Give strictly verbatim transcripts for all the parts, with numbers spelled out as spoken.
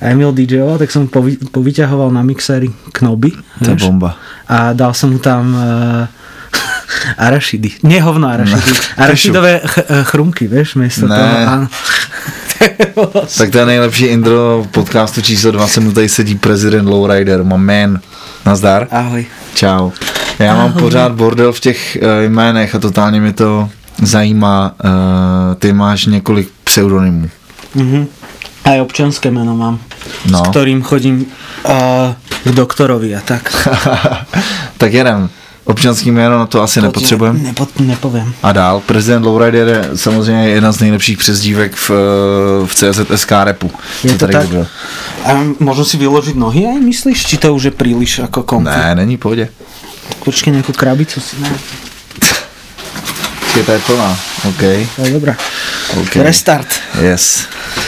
Emil DJoval, tak som povy, povyťahoval na mixéri knoby. To je bomba. A dal som mu tam uh, arašidy. Nie hovno arašidy. Arašidové ch- chrumky, vieš, miesto ne. toho. Áno. Tak to je nejlepší intro podcastu číslo dva, se mu tady sedí prezident Lowrider, my man. Nazdar. Ahoj. Čau. Já Ahoj. mám pořád bordel v těch uh, jménech a totálně mě to zajímá. Uh, ty máš několik pseudonymů. Mhm. Aj občanské meno mám, no. S ktorým chodím uh, k doktorovi a tak. Tak jedem. Občanský jméno na to asi to nepotřebujeme. Nepo, nepovím. A dál. Prezident Lowrider je samozřejmě jedna z nejlepších přezdívek v, v C Z S K rapu. Je to tak? Bylo. A možno si vyložiť nohy aj, myslíš? Či to už je príliš ako komfort? Ne, není v pohodě. Počkej, nejakú krabicu si ne. Je to je plná. OK. To je dobrá. Okay. Restart. Yes.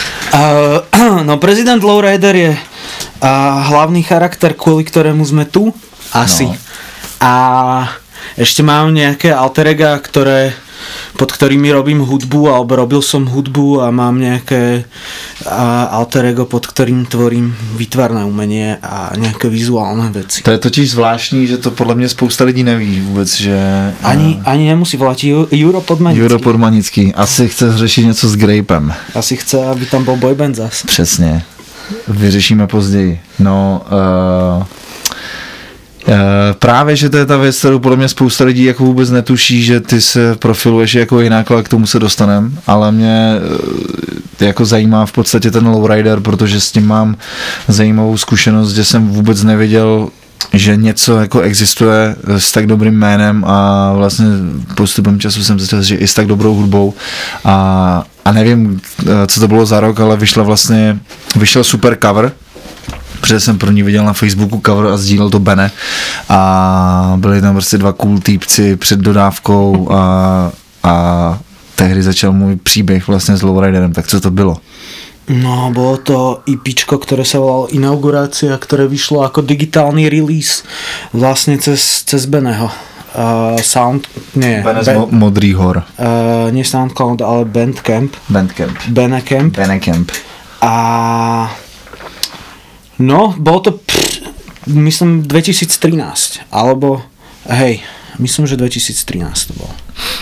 Uh, no, prezident Lowrider je uh, hlavný charakter, kvôli ktorému sme tu. Asi. No. A ešte mám nejaké alter ega, ktoré, pod ktorými robím hudbu, alebo robil som hudbu a mám nejaké uh, alter ego, pod ktorým tvorím výtvarné umenie a nejaké vizuálne veci. To je totiž zvláštní, že to podle mě spousta lidí neví vůbec, že... Ani, ani nemusí volať Juro Podmanický. Juro Podmanický. Asi chce řešit něco s Grapem. Asi chce, aby tam bol boyband zas. Přesně. Vyřešíme později. No... Uh... Uh, právě, že to je ta věc, kterou podle mě spousta lidí jako vůbec netuší, že ty se profiluješ jako jinak, ale k tomu se dostanem, ale mě uh, jako zajímá v podstatě ten Lowrider, protože s tím mám zajímavou zkušenost, že jsem vůbec nevěděl, že něco jako existuje s tak dobrým jménem a vlastně postupem času jsem zjistil, že i s tak dobrou hudbou a, a nevím, co to bylo za rok, ale vyšla vlastně, vyšel super cover, protože jsem první viděl na Facebooku cover a sdílel to Bene a byli tam prostě dva cool týpci před dodávkou a, a tehdy začal můj příběh vlastně s Lowriderem, tak co to bylo? No, bolo to IPčko, ktoré sa volalo Inaugurácia, ktoré vyšlo ako digitálny release vlastne cez, cez Beneho. Uh, sound, nie. Bene z Mo- Modrých hor. Uh, nie SoundCloud, ale Bandcamp. Bandcamp. Benecamp. Benecamp. A no, bolo to pff, myslím dvetisíctrinásť, alebo hej, myslím, že dvetisíctrinásť to bolo.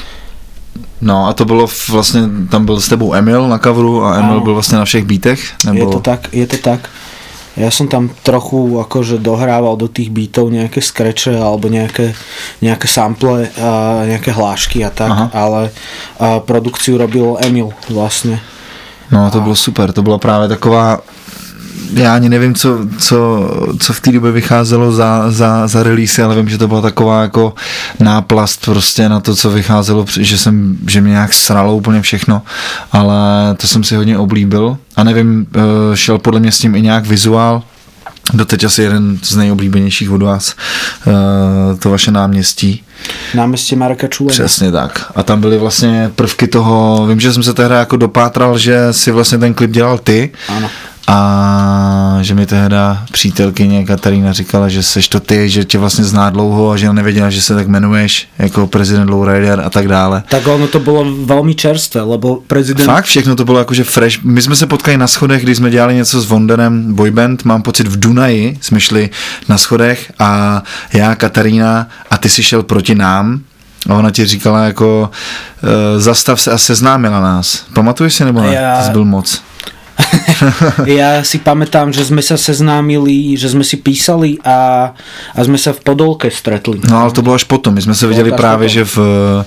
No a to bylo vlastně, tam byl s tebou Emil na coveru a Emil ano. Byl vlastně na všech beatech? Nebo... Je to tak, je to tak. Ja som tam trochu akože dohrával do tých beatov nejaké scratche alebo nejaké, nejaké sample, a nejaké hlášky a tak, aha. Ale a produkciu robil Emil vlastne. No to bylo super, to byla právě taková, já ani nevím, co, co, co v té době vycházelo za, za, za release, ale vím, že to byla taková jako náplast prostě na to, co vycházelo, že jsem, že mě nějak sralo úplně všechno, ale to jsem si hodně oblíbil a nevím, šel podle mě s tím i nějak vizuál, doteď asi jeden z nejoblíbenějších od vás, to vaše náměstí. Náměstí Mareka Čulena. Přesně tak. A tam byly vlastně prvky toho, vím, že jsem se tehdy jako dopátral, že si vlastně ten klip dělal ty. Ano. A že mi tehda přítelkyně Katarína říkala, že seš to ty, že tě vlastně zná dlouho a že nevěděla, že se tak jmenuješ jako prezident Lowrider a tak dále. Tak ono to bylo velmi čerstvé, lebo prezident... Fakt, všechno to bylo jakože fresh. My jsme se potkali na schodech, když jsme dělali něco s Vondenem, boyband, mám pocit v Dunaji, jsme šli na schodech a já, Katarína a ty si šel proti nám. A ona ti říkala jako uh, zastav se a seznámila nás. Pamatuješ si nebo ne? Ja... To jsi byl moc. Ja si pamätám, že sme sa seznámili, že sme si písali a, a sme sa v Podolke stretli. No ale to bylo až potom, my jsme se viděli právě, potom. Že v,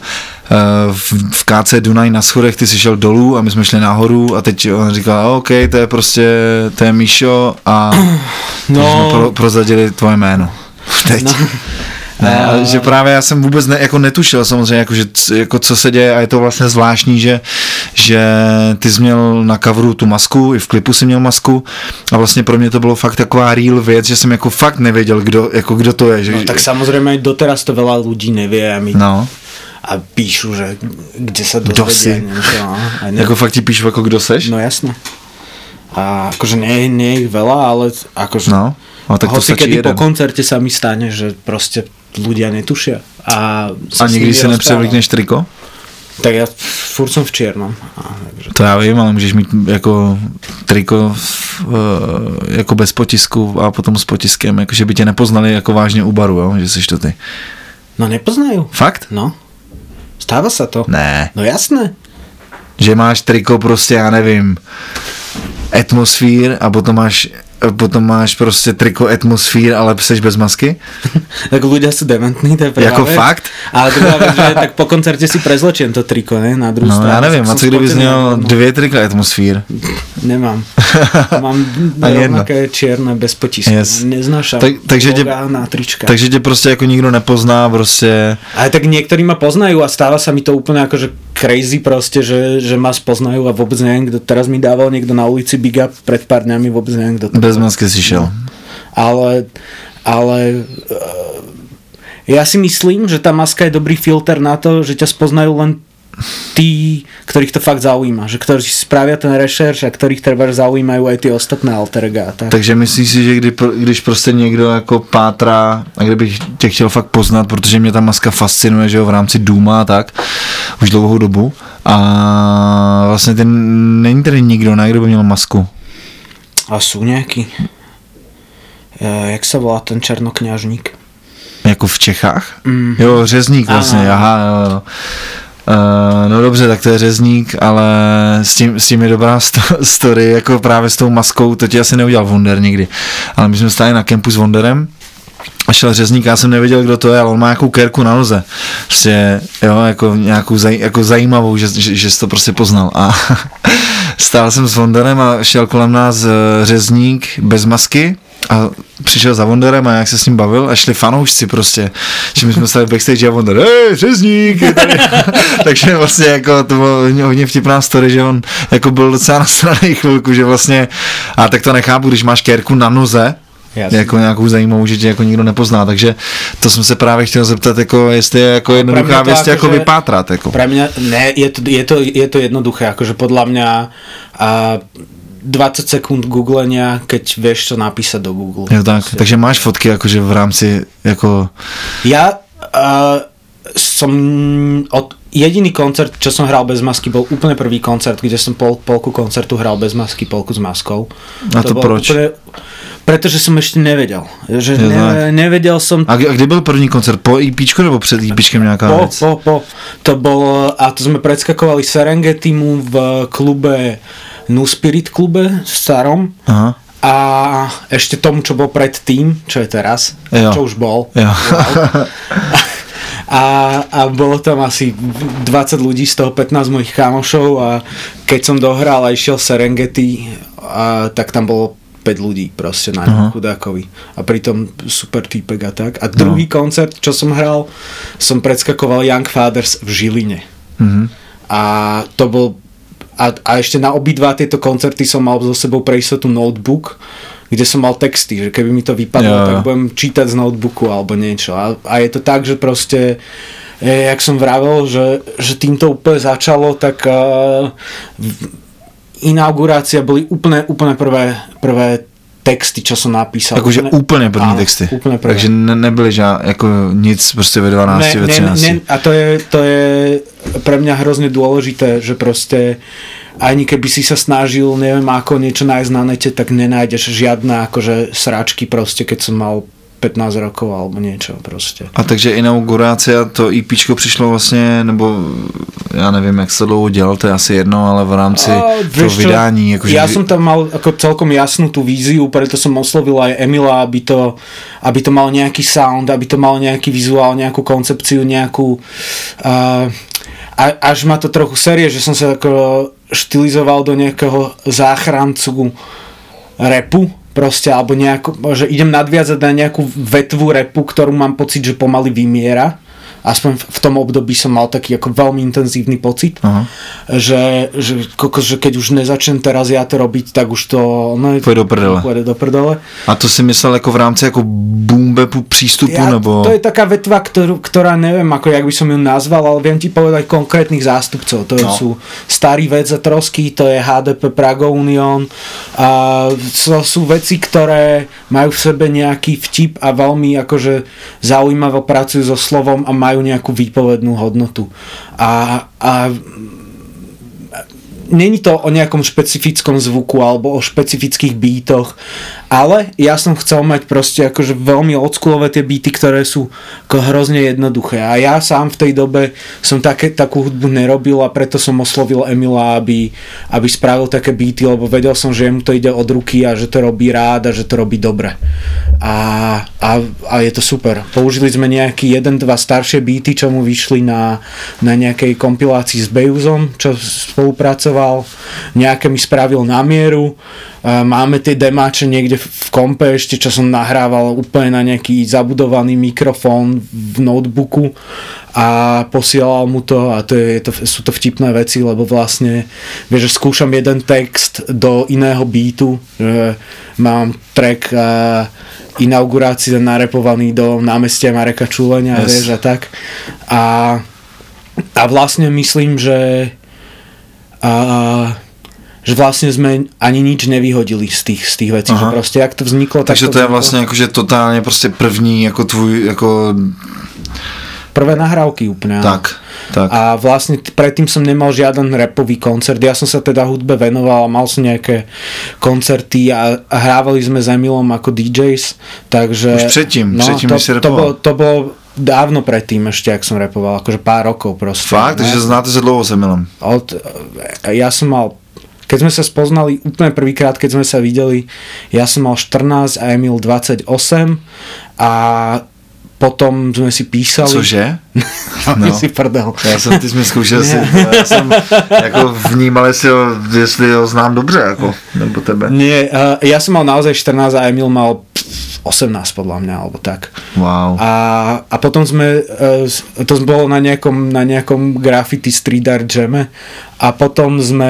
v, v K C Dunaj na schodech ty jsi šel dolů a my jsme šli nahoru a teď on říkal, OK, to je prostě, to je Míšo a no. jsme pro, prozradili tvoje jméno. Teď. No. Ne, ale že právě já jsem vůbec ne, jako netušil samozřejmě, jako, že, jako co se děje a je to vlastně zvláštní, že, že ty jsi měl na coveru tu masku, i v klipu jsi měl masku a vlastně pro mě to bylo fakt taková real věc, že jsem jako fakt nevěděl, kdo, jako kdo to je. Že, no tak samozřejmě aj doteraz to veľa ľudí nevie a my no. A píšu, že kde sa dozvedia. No, ne. Jako fakt ti píšu, jako kdo seš? No jasné. A akože nie, nie ich veľa, ale akože no, ale tak to hoci kedy jeden. Po koncerte sa mi stane, že proste ľudia netušia. A, a nikdy si nepřevlíkneš triko? Tak ja furt som v čiernom. To já vím, ale můžeš mít jako triko jako bez potisku a potom s potiskem, jakože by tě nepoznali jako vážně u baru, jo? Že jsi to ty. No nepoznajú. Fakt? No. Stáva sa to. Ne. No jasné. Že máš triko prostě, já nevím, atmosfér a potom máš potom máš prostě triko atmosfér, ale seš bez masky? Tak ľudia sú dementní, to je prvá Jako vec. fakt? Ale druhá vec, že tak po koncerte si prezlečiem to triko, ne? Na druhú No stranu. já nevím, a co kdybys měl no. dvě trika atmosfér? Nemám. Mám rovnaké čierne bez potisku. Yes. Neznášam tak, takže, tě, na trička. takže tě prostě jako nikdo nepozná prostě. Ale tak niektorí ma poznajú a stáva sa mi to úplne akože crazy proste, že, že ma spoznajú a vôbec neviem, kto teraz mi dával niekto na ulici Big Up pred pár dňami, vôbec neviem, kto to. Bez masky si šel. No. Ale, ale ja si myslím, že tá maska je dobrý filter na to, že ťa spoznajú len tí, ktorých to fakt zaujíma, že ktorí spravia ten rešerš a ktorých treba zaujímajú aj tie ostatné alterega. Tak. Takže myslíš si, že kdy, když prostě někdo jako pátrá a kdybych tě chtěl fakt poznat, protože mě ta maska fascinuje, že jo, v rámci Duma a tak, už dlouhou dobu a vlastně ten není tady nikdo, ne, kdo by měl masku. A sú nejaký e, jak sa volá ten černokňažník? Jako v Čechách? Mm. Jo, řezník vlastně, aha, aha jo, jo. Uh, no dobře, tak to je řezník, ale s tím, s tím je dobrá sto- story, jako právě s tou maskou, to ti asi neudělal Wonder nikdy, ale my jsme stáli na kempu s Wonderem a šel řezník, já jsem nevěděl, kdo to je, ale on má nějakou kérku na noze, prostě, jo, jako nějakou zaj, jako zajímavou, že, že, že jsi to prostě poznal a stál jsem s Wonderem a šel kolem nás řezník bez masky a přišel za Wonderem a jak se s ním bavil a šli fanoušci prostě, že my jsme stali backstage a Wonder, hej, řezník, je tady. Takže vlastně jako to bylo hodně vtipná story, že on jako byl docela nasranej chvilku, že vlastně, a tak to nechápu, když máš kérku na noze, jasně, jako nějakou zajímavou, že tě jako nikdo nepozná, takže to jsem se právě chtěl zeptat, jako jestli je jako jednoduchá věc jako vypátrat. Jako. Pre mňa, ne, je to, je to, je to jednoduché, akože podľa mňa a dvadsať sekúnd googlenia, keď vieš čo napísať do Google. Jo, tak, takže máš fotky akože v rámci jako... Ja uh, som od jediný koncert, čo som hral bez masky, bol úplne prvý koncert, kde som pol, polku koncertu hral bez masky, polku s maskou. A to, to proč? Úplne, pretože som ešte nevedel. Že jo, ne, nevedel som... A kdy byl první koncert? Po EPčku nebo před EPčkem nějaká po, věc? Po, po. To bol, a to sme predskakovali Serengetimu v klube New Spirit klube starom. Aha. A ešte tomu, čo bol predtým, čo je teraz, jo. Čo už bol. Jo. Wow. A, a bolo tam asi dvadsať ľudí, z toho pätnásť mojich kamošov a keď som dohral a išiel Serengeti, a, tak tam bolo päť ľudí proste na uh-huh. chudákovi. A pritom super týpek a tak. A druhý uh-huh. koncert, čo som hral, som predskakoval Young Fathers v Žiline. Uh-huh. A to bol A, a ešte na obidva tieto koncerty som mal so sebou pre istotu notebook, kde som mal texty, že keby mi to vypadlo, jo, tak budem čítať z notebooku alebo niečo. A, a je to tak, že proste, je, jak som vravel, že, že týmto úplne začalo, tak uh, inaugurácia boli úplne, úplne prvé, prvé texty, čo som napísal. Takže úplne první áno, texty. Úplne prvé. Takže ne, nebyli ža, jako nic prostě ve dvanácti, ve třinácti. Ne, a to je, to je pre mňa hrozne dôležité, že proste ani keby si sa snažil, neviem ako niečo nájsť na nete, tak nenájdeš žiadne akože sračky proste, keď som mal pätnásť rokov alebo niečo proste. A takže inaugurácia, to EPčko přišlo vlastně, nebo já nevím, jak se to dlouho dělal, to je asi jedno, ale v rámci a, toho vydání. Jako, ja že... som tam mal ako celkom jasnú tú víziu, preto som oslovil aj Emila, aby to, aby to mal nejaký sound, aby to mal nejaký vizuál, nejakú koncepciu, nejakú... Uh, a, až ma to trochu série, že som sa ako štilizoval do nejakého záchrancu rapu, proste, alebo nejako, že idem nadviazať na nejakú vetvu rapu, ktorú mám pocit, že pomaly vymiera. Aspoň v tom období som mal taký ako veľmi intenzívny pocit, uh-huh. že, že, že keď už nezačnem teraz ja to robiť, tak už to no, pôjde do prdele. Pôjde do prdele. A to si myslel ako v rámci ako boom bapu prístupu? Ja, nebo... To je taká vetva, ktorú, ktorá neviem, ako jak by som ju nazval, ale viem ti povedať konkrétnych zástupcov. To no. sú Starý vec a trosky, to je há dé pé Prago Union. A to sú veci, ktoré majú v sebe nejaký vtip a veľmi akože zaujímavo pracujú so slovom a majú majú nejakú výpovednú hodnotu. A, a není to o nejakom špecifickom zvuku alebo o špecifických beatoch, ale ja som chcel mať proste akože veľmi oldschoolové tie beaty, ktoré sú ako hrozne jednoduché. A ja sám v tej dobe som také, takú hudbu nerobil a preto som oslovil Emila, aby, aby spravil také beaty, lebo vedel som, že mu to ide od ruky a že to robí rád a že to robí dobre. A, a, a je to super. Použili sme nejaký jeden, dva staršie beaty, čo mu vyšli na, na nejakej kompilácii s Bejuzom, čo spolupracoval. Nejaké mi spravil na mieru. Máme tie demáče niekde v kompe ešte, čo som nahrával úplne na nejaký zabudovaný mikrofón v notebooku a posielal mu to a to je, to, sú to vtipné veci, lebo vlastne vieš, že skúšam jeden text do iného beatu, že mám track uh, inaugurácie narepovaný do námestia Mareka Čúlenia, yes. Vieš, a tak a, a vlastne myslím, že a že vlastne sme ani nič nevyhodili z tých, z tých vecí, aha. Že proste jak to vzniklo. Takže tak to, to je vlastne akože totálne proste první ako tvoj, ako... Prvé nahrávky úplne. Tak, tak. A vlastne t- predtým som nemal žiaden rapový koncert, ja som sa teda hudbe venoval a mal som nejaké koncerty a, a hrávali sme s Emilom ako dý džejs, takže... Už predtým, no, predtým to, si to, rapoval. bolo, to bolo dávno predtým ešte, ak som rapoval, akože pár rokov proste. Fakt? Ne? Takže znáte sa dlouho s Emilom? Od, ja som mal keď sme sa spoznali úplne prvýkrát, keď sme sa videli, ja som mal štrnásť a Emil dvadsaťosem a potom sme si písali. Cože? No. si prdel. Já jsem, ty jsi mi zkoušel si, já jsem jako vnímal, jestli ho, jestli ho znám dobře, jako, nebo tebe. Nie, uh, ja som mal naozaj štrnásť a Emil mal osemnásť podľa mňa, alebo tak. Wow. A, a potom sme, uh, to bolo na nejakom, na nejakom graffiti street art jame a potom sme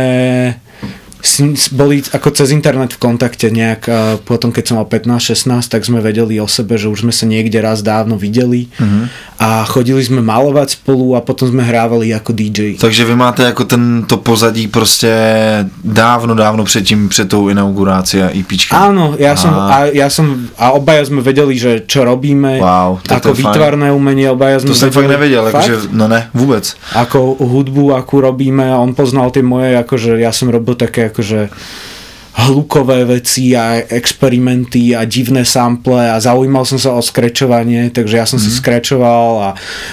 boli ako cez internet v kontakte nejak a potom keď som mal pätnásť šestnásť, tak sme vedeli o sebe, že už sme sa niekde raz dávno videli uh-huh. a chodili sme malovať spolu a potom sme hrávali ako dý džej. Takže vy máte jako tento pozadí prostě dávno, dávno předtím, před tou inaugurací a EPčkem. Áno, ja som, a, ja som a obaja sme vedeli, že čo robíme, wow, ako výtvarné umenie, obaja sme to som fakt nevedel, fakt? Akože, no ne, vůbec. Ako hudbu, akú robíme a on poznal tie moje, akože ja som robil také akože hlukové veci a experimenty a divné sample a zaujímal som sa o skrečovanie, takže ja som mm-hmm. si skrečoval a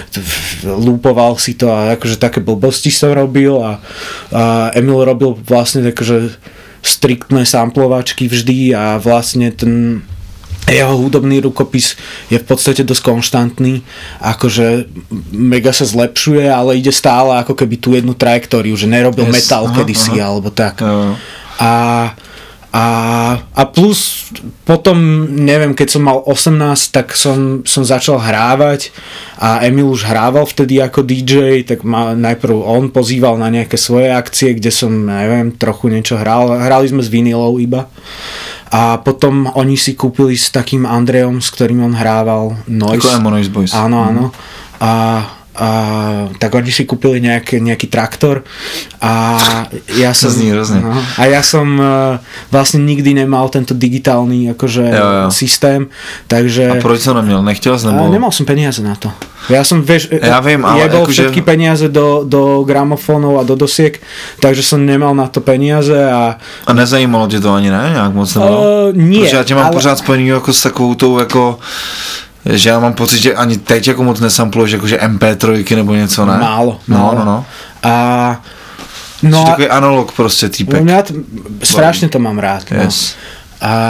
lúpoval si to a akože také blbosti som robil a, a Emil robil vlastne takže striktné samplovačky vždy a vlastne ten jeho hudobný rukopis je v podstate dosť konštantný, akože mega sa zlepšuje, ale ide stále ako keby tú jednu trajektóriu, že nerobil yes. metal aha, kedysi aha. Alebo tak. Uh. A, a, a plus potom, neviem, keď som mal osemnásť, tak som, som začal hrávať a Emil už hrával vtedy ako dý džej, tak ma najprv on pozýval na nejaké svoje akcie, kde som, neviem, trochu niečo hral. Hrali sme s vinilou iba. A potom oni si kúpili s takým Andrejom, s ktorým on hrával Noise. Ako Emo Noise Boys. Áno, áno. A, a tak oni si kúpili nejaký, nejaký traktor a ja som Zní, no, a ja som uh, vlastne nikdy nemal tento digitálny akože jo, jo. systém, takže... A proč som neměl? Nechtěl jsi nebo... Nemal som peniaze na to. Ja som, vieš, ja viem, ale jebol akože... všetky peniaze do, do gramofónov a do dosiek, takže som nemal na to peniaze a... A nezajímalo tě to ani ne? Nějak moc nebylo? Uh, nie. Protože já tě mám ale... pořád spojený jako s takovou tou jako... Že já mám pocit, že ani teď jako moc nesampluješ jakože em pé tři nebo něco, ne? Málo. No, málo. no, no. A... No Jsi takový analog prostě týpek. Ja t- strašne to mám rád. Yes. No. A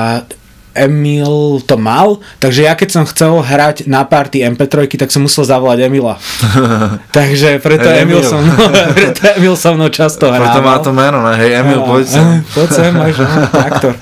Emil to mal, takže ja keď som chcel hrať na party em pé tri, tak som musel zavolať Emila. Takže preto hey, Emil, Emil. So mnou, preto Emil so mnou často hrával. Preto má to jméno, ne? Hej Emil, pojď sem. Pojď sem, máš traktor.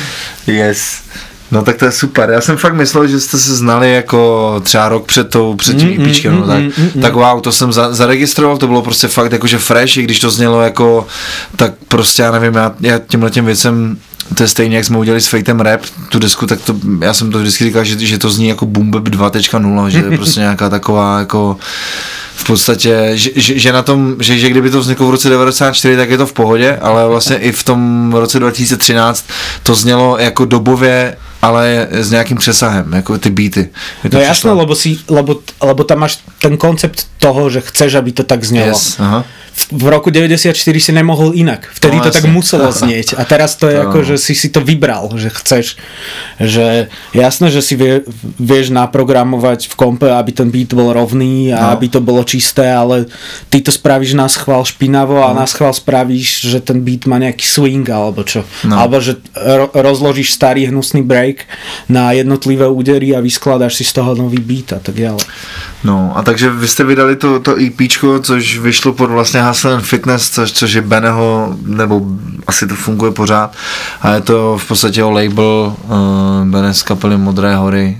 Yes. No tak to je super. Já jsem fakt myslel, že jste se znali jako třeba rok před tou, před tím mm, EPčkem, mm, no tak, mm, mm, tak wow, to jsem za, zaregistroval, to bylo prostě fakt jakože fresh, i když to znělo jako, tak prostě já nevím, já, já těmhletěm věcem, to je stejně, jak jsme udělali s Fatem Rap, tu desku, tak to, já jsem to vždycky říkal, že, že to zní jako Boom Bap dva tečka nula, že to je prostě nějaká taková jako v podstatě, že, že, že na tom, že, že kdyby to vzniklo v roce devadesát čtyři, tak je to v pohodě, ale vlastně i v tom roce dva tisíce třináct to znělo jako dobově ale s nějakým přesahem, jako ty beaty. No jasné, lebo, si, lebo, lebo tam máš ten koncept toho, že chceš, aby to tak znelo. Yes, aha. V roku deväťdesiatštyri si nemohol inak. Vtedy no, to jasne. tak muselo znieť. A teraz to je to... ako, že si si to vybral, že chceš. Že jasné, že si vie, vieš naprogramovať v kompe, aby ten beat bol rovný a no. aby to bolo čisté, ale ty to spravíš na schvál špinavo a no. na schvál spravíš, že ten beat má nejaký swing alebo čo. No. Alebo že ro- rozložíš starý hnusný break na jednotlivé údery a vyskladáš si z toho nový beat a tak ďalej. No a takže vy jste vydali to, to EPčko, což vyšlo pod vlastně Hustle and Fitness, což, což je Bennyho, nebo asi to funguje pořád, a je to v podstatě o label uh, Benny z kapely Modré hory.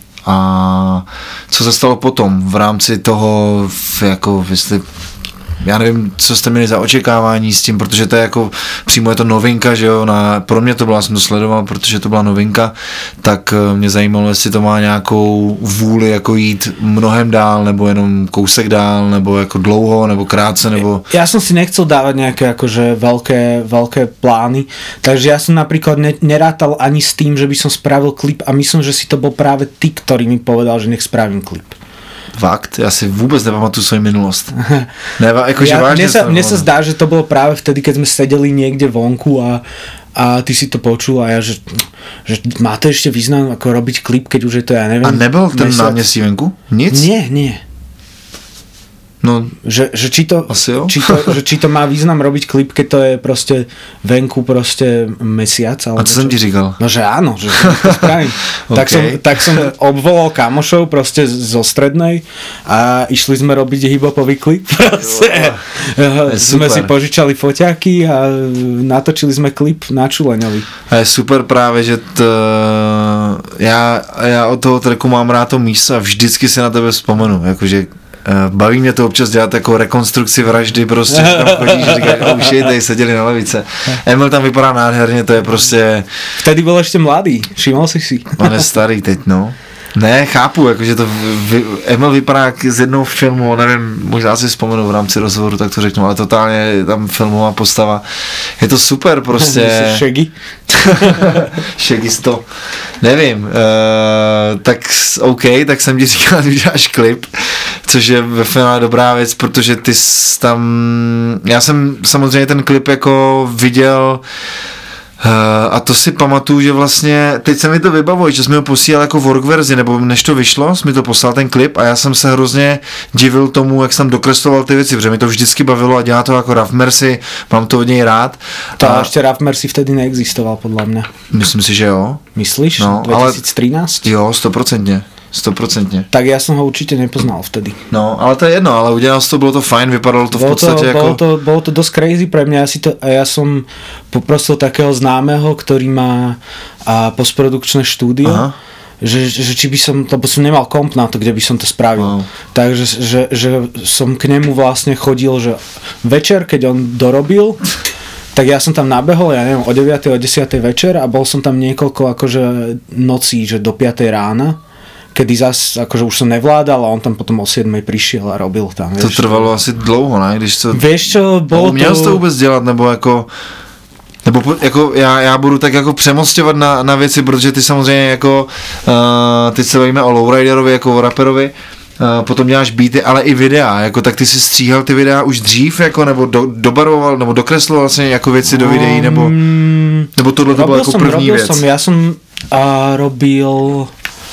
A co se stalo potom v rámci toho, jako vy jste, já nevím, co jste měli za očekávání s tím, protože to je jako, přímo je to novinka, že jo, na, pro mě to byla, jsem to sledoval, protože to byla novinka, tak mě zajímalo, jestli to má nějakou vůli jako jít mnohem dál, nebo jenom kousek dál, nebo jako dlouho, nebo krátce, nebo... Ja som si nechcel dávať nejaké akože veľké, veľké plány, takže ja som napríklad ne, nerátal ani s tým, že by som spravil klip a myslím, že si to bol práve ty, ktorý mi povedal, že nech spravím klip. Fakt? Já si vůbec nepamatuju svoji minulost. Ne, jakože ja, vážně. Mne sa, mne sa zdá, že to bolo práve vtedy, keď sme sedeli niekde vonku a, a ty si to počul a ja, že, že má to ešte význam ako robiť klip, keď už je to, ja neviem. A nebyl ten mesiac. náměstí venku? Nic? Nie, nie. No, že, že, či to, či, to, že či to má význam robiť klip, keď to je proste venku proste mesiac. A co som ti říkal? No, že áno, že to spravím. okay. tak, som, tak som obvolal kamošov proste zo strednej a išli sme robiť hip-hopový klip. Proste. Sme si požičali foťáky a natočili sme klip na Čuleňovi. A je super právě, že t, já, já od toho tracku mám rád to místo a vždycky se na tebe vzpomenu, jakože baví mě to občas dělat jako rekonstrukci vraždy, prostě, že tam chodíš a říkáš, oh shit, tady seděli na lavice. Emil tam vypadá nádherně, to je prostě... Vtedy byl ještě mladý, všiml jsi si. On je starý teď, no. Ne, chápu, jakože to vy, Emil vypadá jak z jednou filmu, nevím, možná si vzpomenu v rámci rozhovoru, tak to řeknu, ale totálně je tam filmová postava. Je to super prostě. Shaggy? Shaggy sto. Nevím, uh, tak OK, tak jsem ti říkal, že uděláš klip, což je ve finále dobrá věc, protože ty jsi tam, já jsem samozřejmě ten klip jako viděl. Uh, a to si pamatuju, že vlastně, teď se mi to vybavuje, že jsi mi ho posílal jako work verzi, nebo než to vyšlo, jsi mi to poslal ten klip a já jsem se hrozně divil tomu, jak jsem dokresloval ty věci, protože mi to vždycky bavilo a dělá to jako Raf Mercy, mám to od něj rád. To a ještě Raf Mercy vtedy neexistoval, podle mě. Myslím si, že jo. Myslíš? No, dvetisíctrinásť? Ale, jo, stoprocentně. Stoprocentně. Tak já jsem ho určitě nepoznal vtedy. No, ale to je jedno, ale udělal jsi to, bylo to fajn, vypadalo to v podstatě to, jako... Bolo to, bolo to dosť crazy pre mňa, ja, si to, ja som poprosil takého známeho, ktorý má a, postprodukčné štúdio, že, že či by som, lebo som nemal komp na to, kde by som to spravil. Wow. Takže že, že som k nemu vlastne chodil, že večer, keď on dorobil, tak ja som tam nabehol, ja neviem, o deviatej, o desiatej večer a bol som tam niekoľko akože nocí, že do piatej rána, kedy zas, akože už som nevládal a on tam potom o siedmej prišiel a robil tam. To vieš, trvalo asi dlouho, ne? Když to... Vieš čo, bolo to... Uměl jsi to vůbec dělat, nebo jako... Nebo jako já, já budu tak jako přemosťovat na, na věci, protože ty samozřejmě jako... Uh, teď se bavíme o lowriderovi, jako o raperovi, uh, potom děláš beaty, ale i videa, jako tak ty si stříhal ty videa už dřív, jako, nebo do, dobarvoval, nebo dokresloval vlastně jako věci do videí, nebo... Nebo tohle to bylo jako som, první robil věc. Som, ja som uh, robil...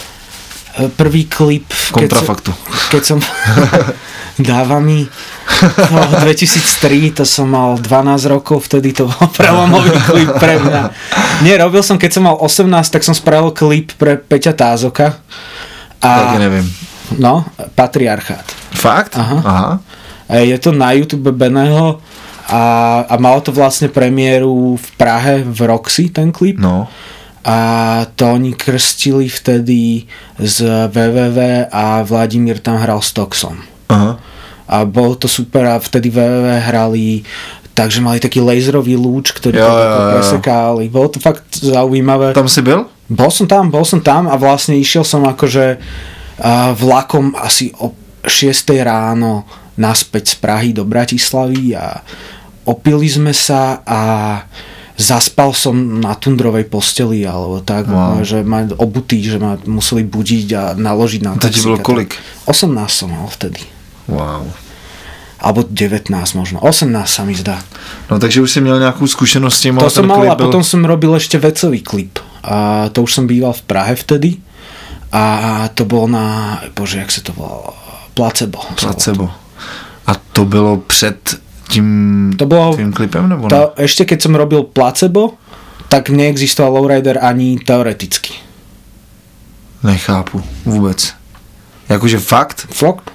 prvý klip kontrafaktu. Keď som, keď som dáva mi no, dvetisíctri, to som mal dvanásť rokov, vtedy to bol prelomový klip pre mňa. Nie, robil som, keď som mal osemnásť, tak som spravil klip pre Peťa Tázoka. A, tak neviem. No, Patriarchát. Fakt? Aha. Aha. A je to na YouTube Bennyho a, a malo to vlastne premiéru v Prahe v Roxy, ten klip. No. A to oni krstili vtedy z www tečka vé vé a Vladimír tam hral s Toxom. Aha. A bolo to super a vtedy www hrali, takže mali taký laserový lúč, ktorý jo, to jo, jo. presekali. Bolo to fakt zaujímavé. Tam si byl? Bol som tam, bol som tam a vlastne išiel som akože uh, vlakom asi o šiestej ráno naspäť z Prahy do Bratislavy a opili sme sa a zaspal som na tundrovej posteli, alebo tak, wow. že ma obutý, že ma museli budiť a naložiť na taxíka. To ti bylo kolik? osemnásť som mal vtedy. Wow. Alebo devätnásť možno, osemnásť sa mi zdá. No takže už si měl nějakou zkušenost s tím. To som mal a byl... potom som robil ešte vecový klip. A to už som býval v Prahe vtedy. A to bolo na, bože, jak sa to volalo? Placebo. Placebo. A to bylo před tím to bolo, tým klipem, nebo to, ne? Ešte keď som robil Placebo, tak neexistoval Lowrider ani teoreticky. Nechápu, vůbec. Jakože fakt? Fakt.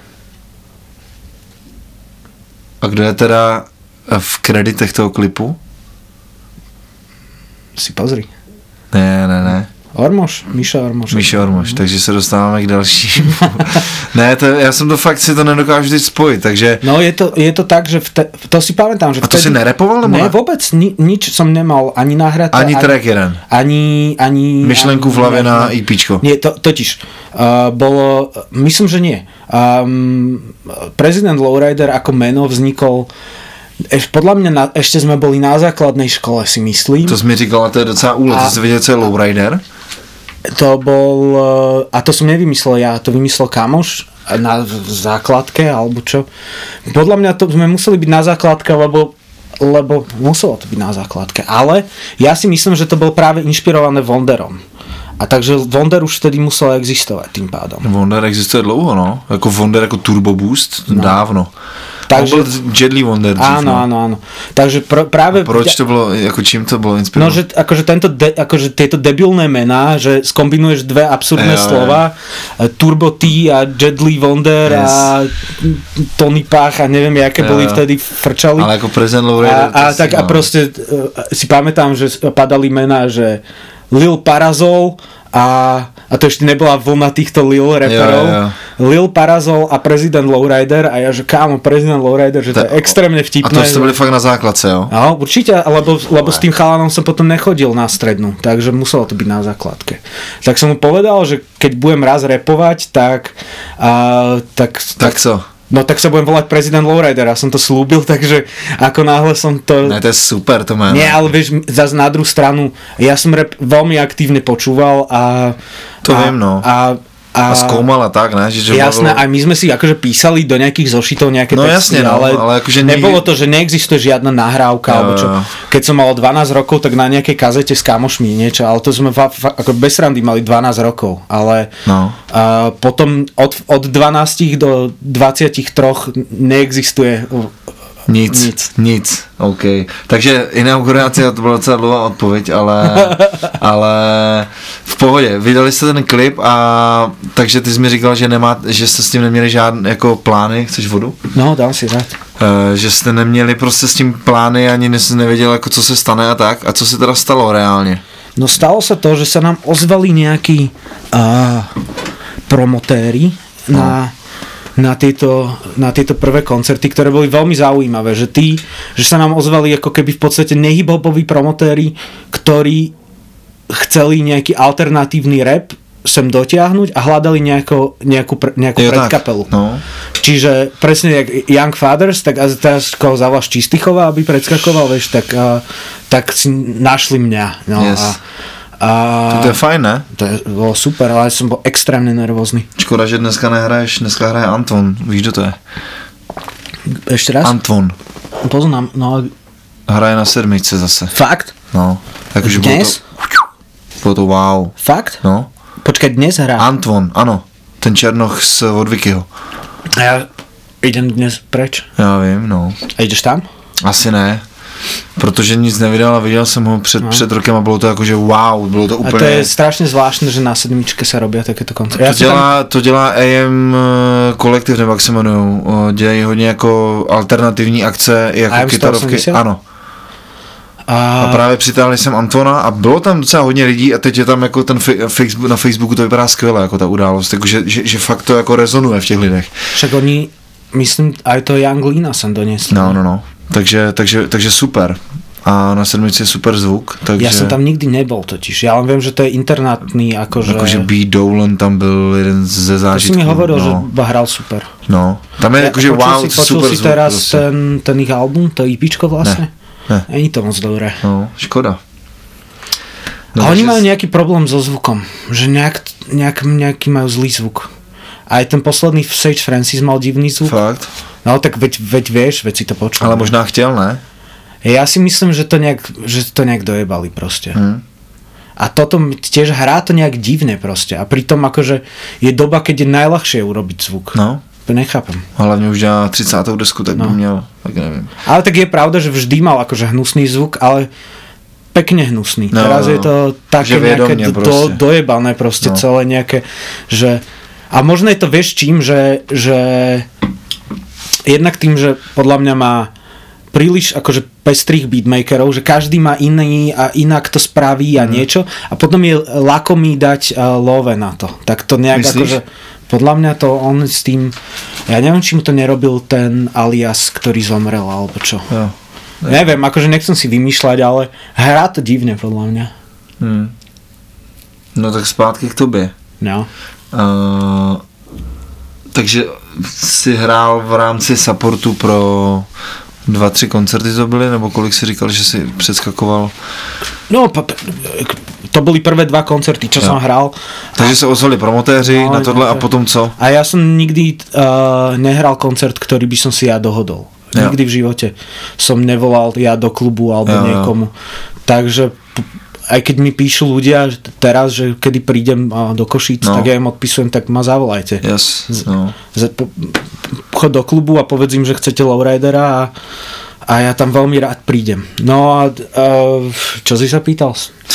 A kdo je teda v kreditech toho klipu? Si pozri. Ne, ne, ne. Ormoš, Míša Ormoš. Míša Ormoš, takže se dostáváme k dalšímu. Ne, to, já jsem to fakt si to nedokážu teď spojit, takže... No je to, je to tak, že vte, to si pamätám, že a to vtedy... si nerepoval, nebo ne? Ne, vôbec, ni, nič som nemal, ani nahraté. Ani track jeden. Ani, ani... Myšlenku v hlavě na IPčko. Nie, to, totiž, uh, bolo, myslím, že nie. Um, prezident Lowrider ako meno vznikol Eš, podľa mňa na, ešte sme boli na základnej škole, si myslím. To jsi mi říkal, a to je docela úlet, ty jsi věděl, co je Lowrider? To bol, a to som nevymyslel ja, to vymyslel kamoš na základke, alebo čo. Podľa mňa to sme museli byť na základke, lebo, lebo muselo to byť na základke, ale ja si myslím, že to bol práve inšpirované Wonderom. A takže Wonder už vtedy musel existovať tým pádom. Wonder existuje dlouho, no. Jako Wonder, jako Turbo Boost, no. Dávno. Takže, byl Jedlý Wonder dřív, áno, no. áno, áno. Takže pr- práve... A proč to bylo, jako čím to bylo inspirované? No, že akože, tento de, akože tieto debilné mená, že skombinuješ dve absurdné e, slova, e. Turbo T a Jedlý Wonder yes. a Tony Pach a neviem, aké e, boli vtedy frčali. Ale ako prezident Lowrider... A, a tak a proste si pamätám, že padali mená, že Lil Parazol a, a to ešte nebola vlna týchto Lil reperov. Jo, jo. Lil Parazol a prezident Lowrider a ja, že kámo, prezident Lowrider, že to, to je extrémne vtipné. A to ste byli fakt na základce, jo? No, určite, lebo, lebo s tým chalanom som potom nechodil na strednú, takže muselo to byť na základke. Tak som mu povedal, že keď budem raz repovať, tak... A, tak, tak, tak co? No tak sa budem volať prezident Lowrider, ja som to slúbil, takže ako náhle som to... Ne, to je super, to má. Nie, ale vieš, zase na druhú stranu, ja som rap veľmi aktívne počúval a... To a, viem, no. A, a, a skúmal a tak, ne? Že jasné, bolo... aj my sme si akože písali do nejakých zošitov nejaké no, texty, jasne, no, ale, ale akože nebolo nikdy... to, že neexistuje žiadna nahrávka, jo, alebo čo. Keď som mal dvanásť rokov, tak na nejakej kazete s kamošmi niečo, ale to sme fa, fa, ako bez randy mali dvanásť rokov, ale no. uh, potom od, od dvanásť do dvadsaťtri neexistuje Nic, nic, nic, OK. Takže inaugurace, to byla docela dlouhá odpověď, ale, ale v pohodě. Vydali jste ten klip a takže ty jsi mi říkal, že nemá, že jste s tím neměli žádné jako plány, chceš vodu? No, dám si rád. Uh, že jste neměli prostě s tím plány, ani jste nevěděl, jako co se stane a tak. A co se teda stalo reálně? No stalo se to, že se nám ozvali nějaký uh, promotéri no. na na tieto, na tieto prvé koncerty, ktoré boli veľmi zaujímavé, že tí, že sa nám ozvali ako keby v podstate nehybopoví promotéri, ktorí chceli nejaký alternatívny rap sem dotiahnuť a hľadali nejako, nejakú, nejakú jo, predkapelu. No. Čiže presne jak Young Fathers, tak a teraz koho zavoláš Čistichova, aby predskakoval, vieš, tak, a, tak si našli mňa. No, yes. a, A to je fajn, ne? To je, bolo super, ale som bol extrémne nervózny. Škoda, že dneska nehraješ, dneska hraje Anton, víš, kdo to je? Ešte raz? Anton. Poznám, no. Hraje na sedmičce zase. Fakt? No. Takže dnes? Bylo to, bylo to wow. Fakt? No. Počkaj, dnes hrá? Anton, ano. Ten Černoch z od Vikyho. A ja idem dnes preč. Já vím, no. A ideš tam? Asi ne. Protože nic nevydal a viděl jsem ho před, no. před rokem a bylo to jako, že wow, bylo to úplně... A to je strašně zvláštné, že na sedmičke se robí takéto koncerty. To dělá, tam... to dělá A M kolektiv, nebo jak se jmenují, dělají hodně jako alternativní akce, jako kytarovky, ano. A... a právě přitáhli jsem Antona a bylo tam docela hodně lidí a teď je tam jako ten Facebook, na Facebooku to vypadá skvěle, jako ta událost, jako že, že, že fakt to jako rezonuje v těch lidech. Však oni, myslím, aj to Young Lina sem donesli. No, no, no. Takže, takže, takže super. A na sedmici je super zvuk. Takže... Ja som tam nikdy nebol totiž. Ja len viem, že to je internátny, akože... Akože B. Dolan tam byl jeden ze zážitků. To si mi hovoril, no. že hral super. No. Tam je ja, akože wow, si, super počul si zvuk. teraz prostě. ten, ten ich album, to IPčko vlastne? Ne. Ne. Není to moc dobré. No, škoda. No, a oni majú nejaký problém so zvukom, že nejak, nejak, nejaký majú zlý zvuk. Aj ten posledný Sage Francis mal divný zvuk. Fakt? No tak veď, veď vieš, veď si to počul. Ale možná chtěl, ne? Ja si myslím, že to nejak, že to nejak dojebali proste. Hmm. A toto tiež hrá to nejak divne proste. A pritom akože je doba, keď je najľahšie urobiť zvuk. No. To nechápem. Hlavně už dělá třicátou desku, tak no. by měl, tak nevím. Ale tak je pravda, že vždy mal akože hnusný zvuk, ale pekne hnusný. No, Teraz je to také nejaké do, proste. dojebané proste no. celé nejaké, že a možno je to vieš čím, že, že jednak tým, že podľa mňa má príliš akože pestrých beatmakerov, že každý má iný a inak to spraví a mm. niečo a potom je lakomý dať uh, love na to. Tak to nejak Myslíš? akože podľa mňa to on s tým, ja neviem, či mu to nerobil ten alias, ktorý zomrel, alebo čo. Jo. Neviem, akože nechcem si vymýšľať, ale hrá to divne, podľa mňa. Hmm. No tak zpátky k tobě. No. Uh, takže jsi hrál v rámci supportu pro dva, tři koncerty to byly, nebo kolik si říkal, že si předskakoval? No, to byly prvé dva koncerty, čo jo. som hral. Takže sa ozvali promotéři no, na tohle no, a potom co? A ja som nikdy uh, nehral koncert, ktorý by som si ja dohodol. Jo. Nikdy v živote som nevolal ja do klubu alebo jo, niekomu. Jo. Takže aj keď mi píšu ľudia teraz, že kedy prídem do Košíc, no. tak ja im odpisujem, tak ma zavolajte. Yes, no. Z, po, chod do klubu a povedz im, že chcete Lowridera a, a ja tam veľmi rád prídem. No a uh, čo si sa pýtal?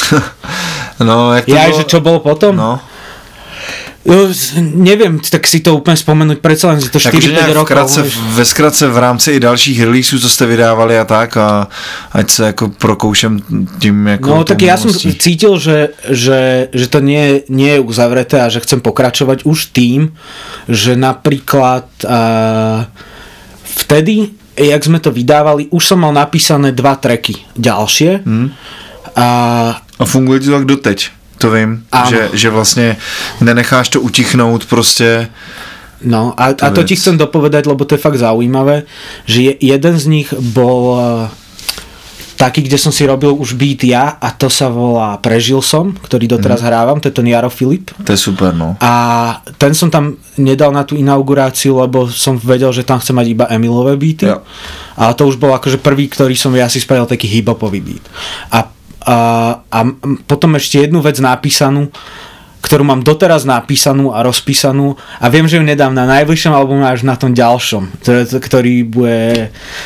No, jak to ja, bolo? že čo bolo potom? No. Jo, neviem, tak si to úplně vzpomenout, přece len, že to štyri päť rokov. Krátce, ve zkratce v rámci i dalších releaseů, co jste vydávali a tak a ať se jako prokoušem tím jako... No tak já jsem cítil, že, že, že to nie, nie je uzavreté a že chcem pokračovať už tým, že napríklad uh, vtedy, jak sme to vydávali, už som mal napísané dva tracky ďalšie. Hmm. A, a funguje to tak doteď? To vím, že, že vlastně nenecháš to utichnout prostě. No a, a to ti chcem dopovedať, lebo to je fakt zaujímavé, že je, jeden z nich bol uh, taký, kde som si robil už beat ja a to sa volá Prežil som, ktorý doteraz mm. hrávam, to je ten Jaro Filip. To je super, no. A ten som tam nedal na tú inauguráciu, lebo som vedel, že tam chcem mať iba Emilové beaty. Ja. A to už bol akože prvý, ktorý som ja si spravil taký hip-hopový beat. A A, a potom ešte jednu vec napísanú, ktorú mám doteraz napísanú a rozpísanú a viem, že ju nedám na najvyššom albume až na tom ďalšom, ktorý bude...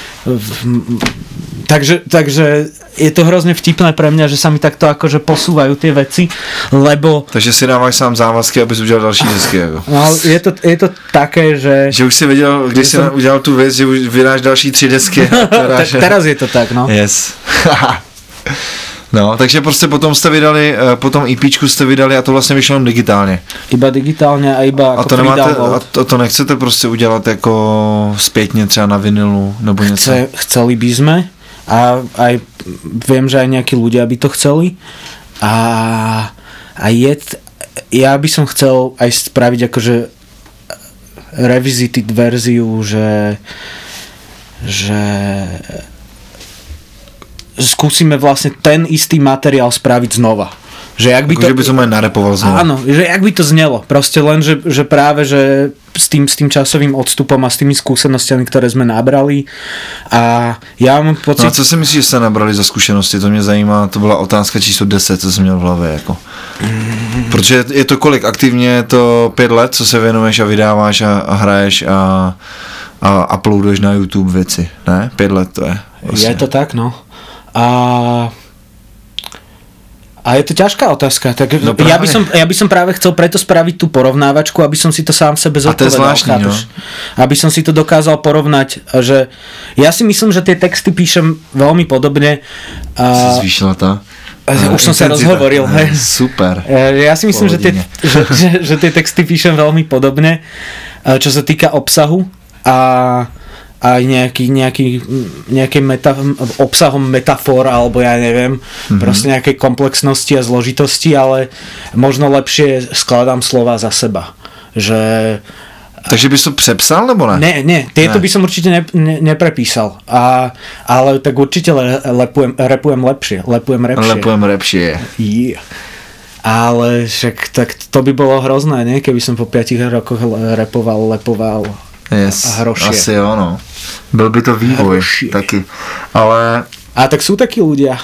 Takže, takže je to hrozne vtipné pre mňa, že sa mi takto akože posúvajú tie veci, lebo... Takže si dáváš sám závazky, abys udělal další desky, jako. No, je to, je to také, že... Že už si věděl, když jsi som... udělal tu věc, že už vydáš další tři desky. Teda, že... Teraz je to tak, no. Yes. No, takže prostě potom jste vydali, potom EPčku jste vydali a to vlastně vyšlo digitálně. Iba digitálně a iba jako a to nemáte, a to, to nechcete prostě udělat jako zpětně třeba na vinilu nebo něco? Chce, chceli by sme a aj viem, že aj nejakí ľudia by to chceli a, a je, ja by som chcel aj spraviť akože revisited verziu, že že skúsime vlastne ten istý materiál spraviť znova. Že jak by ako to... Že by som aj narepoval znova. Áno, že jak by to znelo. Proste len, že, že práve, že s tým, s tým časovým odstupom a s tými skúsenostiami, ktoré sme nabrali a ja mám pocit... No a co si myslíš, že jste nabrali za zkušenosti? To mě zajímá, to byla otázka číslo deset, co jsem měl v hlavě, jako. Mm. Protože je to kolik? Aktivně je to pět let, co se věnuješ a vydáváš a, a hraješ a, a uploaduješ na YouTube věci, ne? Pět let to je. Vlastně. Je to tak, no. A, a je to ťažká otázka. Tak no ja, by som, ja by som práve chcel preto spraviť tú porovnávačku, aby som si to sám sebe zodpovedal. No? Aby som si to dokázal porovnať. Že ja si myslím, že tie texty píšem veľmi podobne. Si zvýšila tá? Už som sa rozhovoril. Hej. Super. Ja si myslím, že tie, že, že, že tie texty píšem veľmi podobne, čo sa týka obsahu a aj nejaký, nejaký, nejaký meta, obsahom metafor, alebo ja neviem, mm-hmm. proste nejakej komplexnosti a zložitosti, ale možno lepšie skladám slova za seba. Že Takže bys to přepsal, nebo ne? Ne, ne, tieto ne. by som určite ne, ne, neprepísal. A, ale tak určite le, lepujem, repujem lepšie. Lepujem lepšie. Lepujem lepšie. Yeah. Ale však tak to by bolo hrozné, nie? Keby som po piatich rokoch repoval, lepoval yes, hrošie. Asi jo, no. Byl by to vývoj hrošie. Taky. Ale... A tak sú takí ľudia.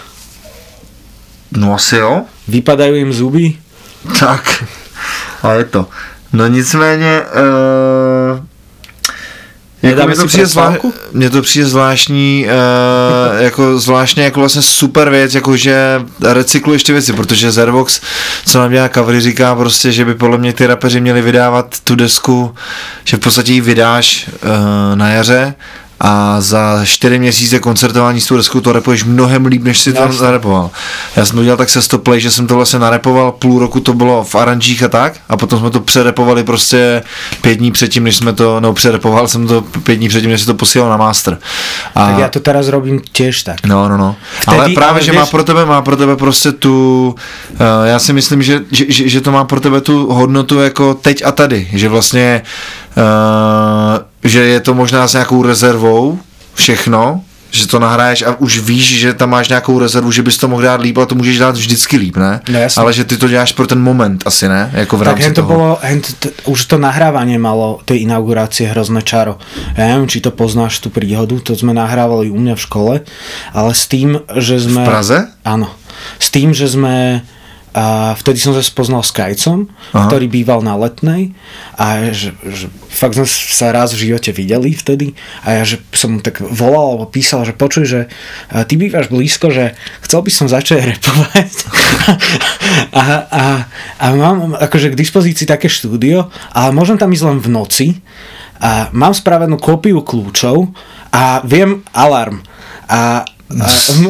No asi jo. Vypadajú im zuby. Tak. A je to. No nicméně... Uh... Jako mně, to přijde zvláš... mně to přijde zvláštní, uh, jako zvláštně jako vlastně super věc, jakože recykluješ ty věci, protože Zervox, co nám dělá covery, říká prostě, že by podle mě ty rapeři měli vydávat tu desku, že v podstatě ji vydáš uh, na jaře a za čtyři měsíce koncertování s tou deskou to rapuješ mnohem líp, než si to Jasne. narepoval. Já jsem to udělal tak se Stoplay, že jsem to vlastně narepoval, půl roku to bylo v aranžích a tak, a potom jsme to přerepovali prostě pět dní předtím, než jsme to, no přerepoval jsem to pět dní předtím, než se to posílal na master. A tak já to teraz robím těž tak. No, no, no. Vtedy, ale právě, ale že vieš... má pro tebe, má pro tebe prostě tu, uh, já si myslím, že, že, že, že to má pro tebe tu hodnotu jako teď a tady, že vlastně uh, že je to možná s nějakou rezervou všechno, že to nahraješ a už víš, že tam máš nějakou rezervu, že bys to mohl dát líp, ale to můžeš dát vždycky líp, ne? No, ale že ty to děláš pro ten moment asi, ne? Jako v rámci tak to toho. Bolo, to, už to nahrávanie malo tej inaugurácie hrozné čaro. Ja neviem, či to poznáš tú príhodu, to sme nahrávali u mňa v škole, ale s tým, že sme... V Praze? Áno. S tým, že sme... A vtedy som sa spoznal s Kajcom, Aha. ktorý býval na Letnej a že, že fakt sme sa raz v živote videli vtedy a ja že som mu tak volal alebo písal, že počuj, že ty bývaš blízko, že chcel by som začať repovať a, a, a mám akože k dispozícii také štúdio, ale môžem tam ísť len v noci a mám spravenú kópiu kľúčov a viem alarm a A,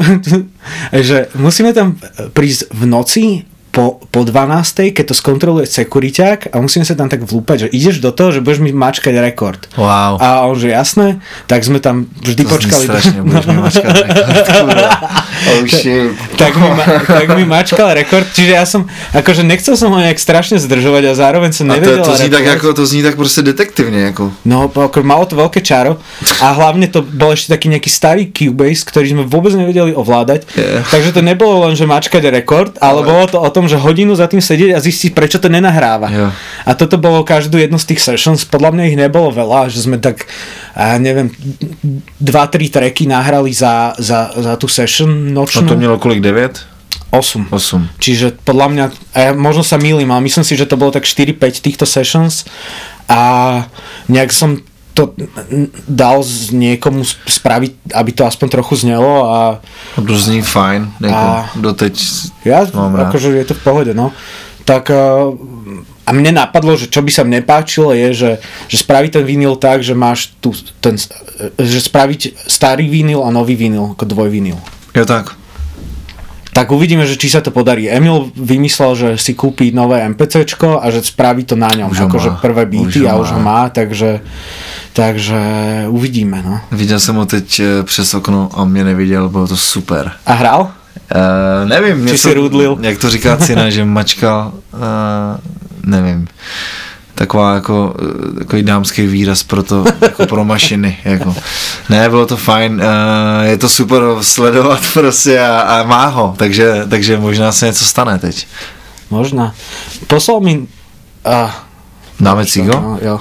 že musíme tam prísť v noci po, po dvanástej, keď to skontroluje sekuriťák a musíme sa tam tak vlúpať, že ideš do toho, že budeš mi mačkať rekord. Wow. A on, že jasné, tak sme tam vždy to počkali. To strašne, budeš mi mačkať rekord. Oh shit. Tak mi, tak mi mačkal rekord, čiže ja som, akože nechcel som ho nejak strašne zdržovať a zároveň som nevedel. A to, to, zní tak ako, to zní tak proste detektívne. Ako. No, ako, malo to veľké čaro a hlavne to bol ešte taký nejaký starý Cubase, ktorý sme vôbec nevedeli ovládať. Yeah. Takže to nebolo len, že mačkať rekord, ale, ale bolo to o tom, že hodinu za tým sedieť a zistiť, prečo to nenahráva. Yeah. A toto bolo každú jednu z tých sessions, podľa mňa ich nebolo veľa, že sme tak, ja neviem, dva tri tracky nahrali za, za, za tú session nočnú. A to mělo kolik, devět? osem. osem. Čiže podľa mňa, a ja možno sa mýlim, ale myslím si, že to bolo tak štyri päť týchto sessions a nejak som to dal z niekomu spraviť, aby to aspoň trochu znelo a... To zní fajn, a doteď ja, akože je to v pohode, no. Tak a mne napadlo, že čo by sa mne páčilo je, že, že spraviť ten vinyl tak, že máš tu ten, že spraviť starý vinyl a nový vinyl, ako dvojvinyl. Jo tak. Tak uvidíme, že či sa to podarí. Emil vymyslel, že si kúpi nové MPCčko a že spraví to na ňom, akože prvé beaty a už ho má, takže takže uvidíme, no. Viděl jsem ho teď přes okno a mě neviděl, bylo to super. A hrál? Uh, nevím. Či si rudlil? Jak to říká Cina, že mačkal, uh, nevím. Taková jako, takový dámský výraz pro to, jako pro mašiny, jako. Ne, bylo to fajn, uh, je to super sledovat prostě a, a má ho, takže, takže možná se něco stane teď. Možná. Poslal mi... Uh, Dáme cigo? No, jo.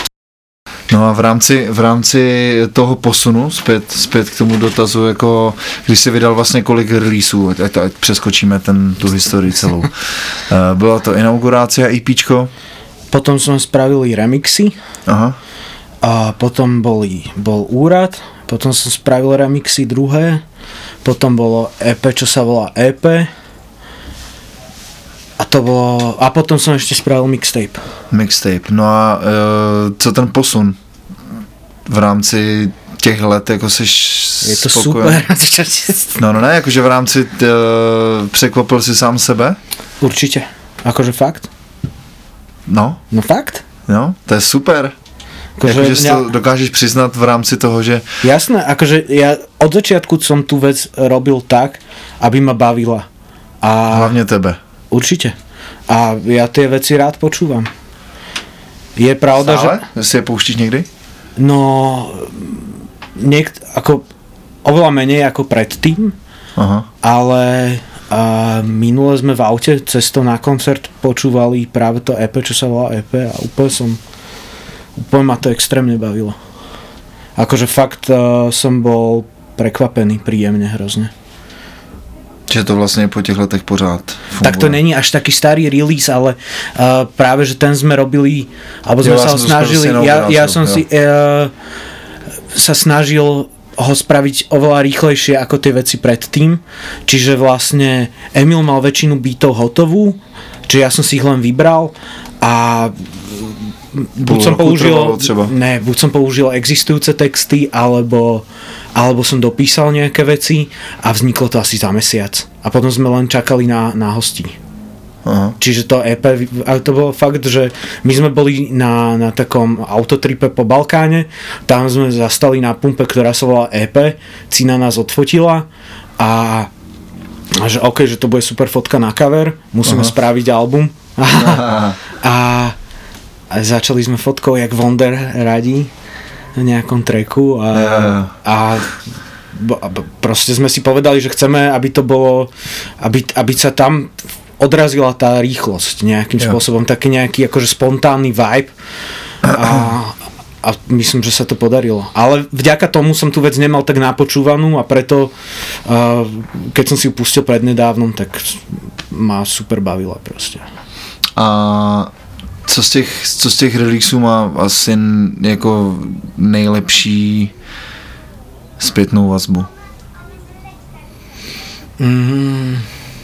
No a v rámci, v rámci toho posunu, zpět, zpět k tomu dotazu, jako když jsi vydal vlastně kolik releaseů, ať, ať přeskočíme ten, tu historii celou. Uh, byla to inaugurácia, EPčko? Potom sme spravili remixy. Aha. A potom boli, bol úrad, potom som spravil remixy druhé, potom bolo é pé, čo sa volá é pé. A to bolo, a potom som ešte spravil mixtape. Mixtape. No a e, co ten posun v rámci těch let, jako jsi Je to spokojen? super. No, no ne, jakože v rámci t, překvapil si sám sebe? Určite. Akože fakt? No. No fakt? No, to je super. Akože že si to dokážeš přiznat v rámci toho, že... Jasné, akože ja od začiatku som tú vec robil tak, aby ma bavila. A hlavne tebe. Určite. A ja tie veci rád počúvam. Je pravda, Stále? že... Si je pouštíš někdy? No, niekt, ako oveľa menej ako predtým, Aha. ale a minule sme v aute cestou na koncert počúvali práve to é pé, čo sa volá é pé a úplne som úplne ma to extrémne bavilo. Akože fakt uh, som bol prekvapený príjemne hrozne. Že to vlastne po tých letech pořád funguje. Tak to není až taký starý release, ale uh, práve, že ten sme robili, alebo sme jo, sa ho snažili, ja, ja som jo. si uh, sa snažil ho spraviť oveľa rýchlejšie ako tie veci predtým, čiže vlastne Emil mal väčšinu beatov hotovú, čiže ja som si ich len vybral a buď som použil ne, buď som použil existujúce texty, alebo alebo som dopísal nejaké veci a vzniklo to asi za mesiac. A potom sme len čakali na, na hostí. Aha. Čiže to é pé, ale to bolo fakt, že my sme boli na, na takom autotripe po Balkáne, tam sme zastali na pumpe, ktorá sa volá é pé, Cina nás odfotila a, a že ok, že to bude super fotka na cover, musíme Aha. spraviť album. a, a začali sme fotkou, jak Wonder radí na nejakom tracku a, yeah. a, a proste sme si povedali, že chceme, aby to bolo, aby, aby sa tam odrazila tá rýchlosť nejakým yeah. spôsobom, taký nejaký akože spontánny vibe a, a myslím, že sa to podarilo. Ale vďaka tomu som tú vec nemal tak napočúvanú a preto uh, keď som si ju pustil prednedávnom, tak ma super bavila proste. A Co z těch, co z těch releaseů má asi jako nejlepší zpětnou vazbu? Mm.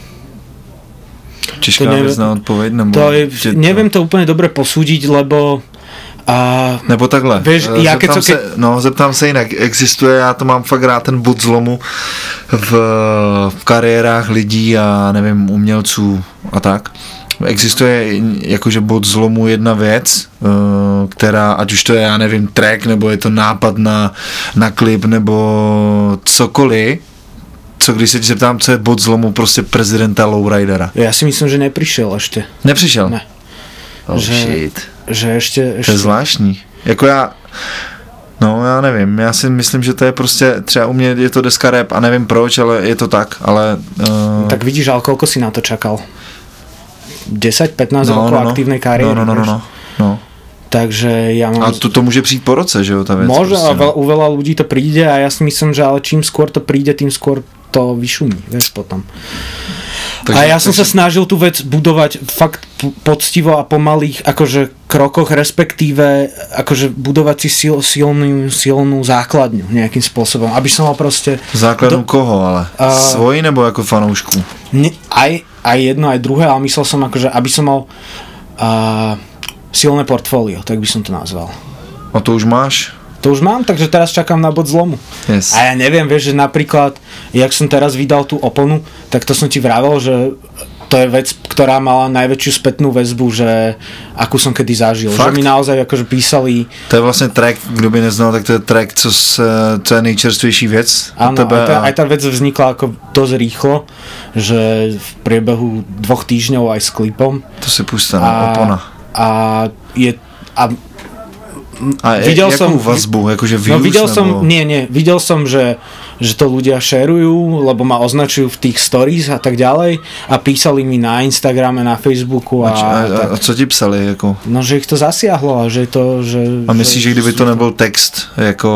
Těžká to věc na odpověď? Nebo to je, neviem to úplne dobre posúdiť, lebo a, nebo takhle, vieš, ja keď zeptám, se, ke... no, zeptám se jinak, existuje, já to mám fakt rád ten bod zlomu v, v kariérách lidí a nevím, umělců a tak. Existuje jakože bod zlomu jedna věc, která, ať už to je, já nevím, track, nebo je to nápad na, na klip, nebo cokoliv, co když se ti zeptám, co je bod zlomu prostě prezidenta Lowridera? Já si myslím, že nepřišel ještě. Nepřišel? Ne. Oh že, shit. Že ještě, ještě... To je zvláštní. Jako já, no já nevím, já si myslím, že to je prostě, třeba u mě je to deska rap a nevím proč, ale je to tak, ale... Uh... Tak vidíš, ale koľko si na to čakal? desať pätnásť no, rokov no, no. aktívnej kariéry. No, no, no, no, no. Takže ja mám... A to, to môže prísť po roce, že jo, tá vec? Môže, proste, no. U veľa ľudí to príde a ja si myslím, že ale čím skôr to príde, tým skôr to vyšumí, vieš, potom. Takže, a ja som takže... sa snažil tú vec budovať fakt poctivo a po malých akože krokoch, respektíve akože budovať si sil, silnú, silnú základňu nejakým spôsobom, aby som mal proste... Základňu do... koho ale? Uh, Svoji nebo ako fanoušku? Ne, aj, aj jedno, aj druhé, ale myslel som akože, aby som mal uh, silné portfólio, tak by som to nazval. A to už máš? To už mám, takže teraz čakám na bod zlomu. Yes. A ja neviem, vieš, že napríklad, jak som teraz vydal tú oponu, tak to som ti vravel, že to je vec, ktorá mala najväčšiu spätnú väzbu, že akú som kedy zažil. Fakt? Že mi naozaj akože písali... To je vlastne track, kdo by neznal, tak to je track, co, s, co je nejčerstvejší vec. Áno, tebe, aj, tá, aj tá vec vznikla ako dosť rýchlo, že v priebehu dvoch týždňov aj s klipom. To si pustá, opona. A je... A A videl jakú som vazbu, akože views, no videl nebo... som, nie, nie, videl som, že, že to ľudia šerujú, lebo ma označujú v tých stories a tak ďalej a písali mi na Instagrame, na Facebooku a... A, a, a co ti psali, jako? No, že ich to zasiahlo a že to, že... A myslíš, že, že kdyby to nebyl text, jako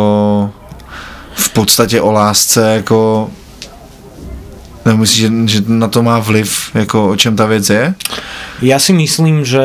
v podstatě o lásce, jako... Nebo myslíš, že, že na to má vliv, jako o čem ta věc je? Ja si myslím, že...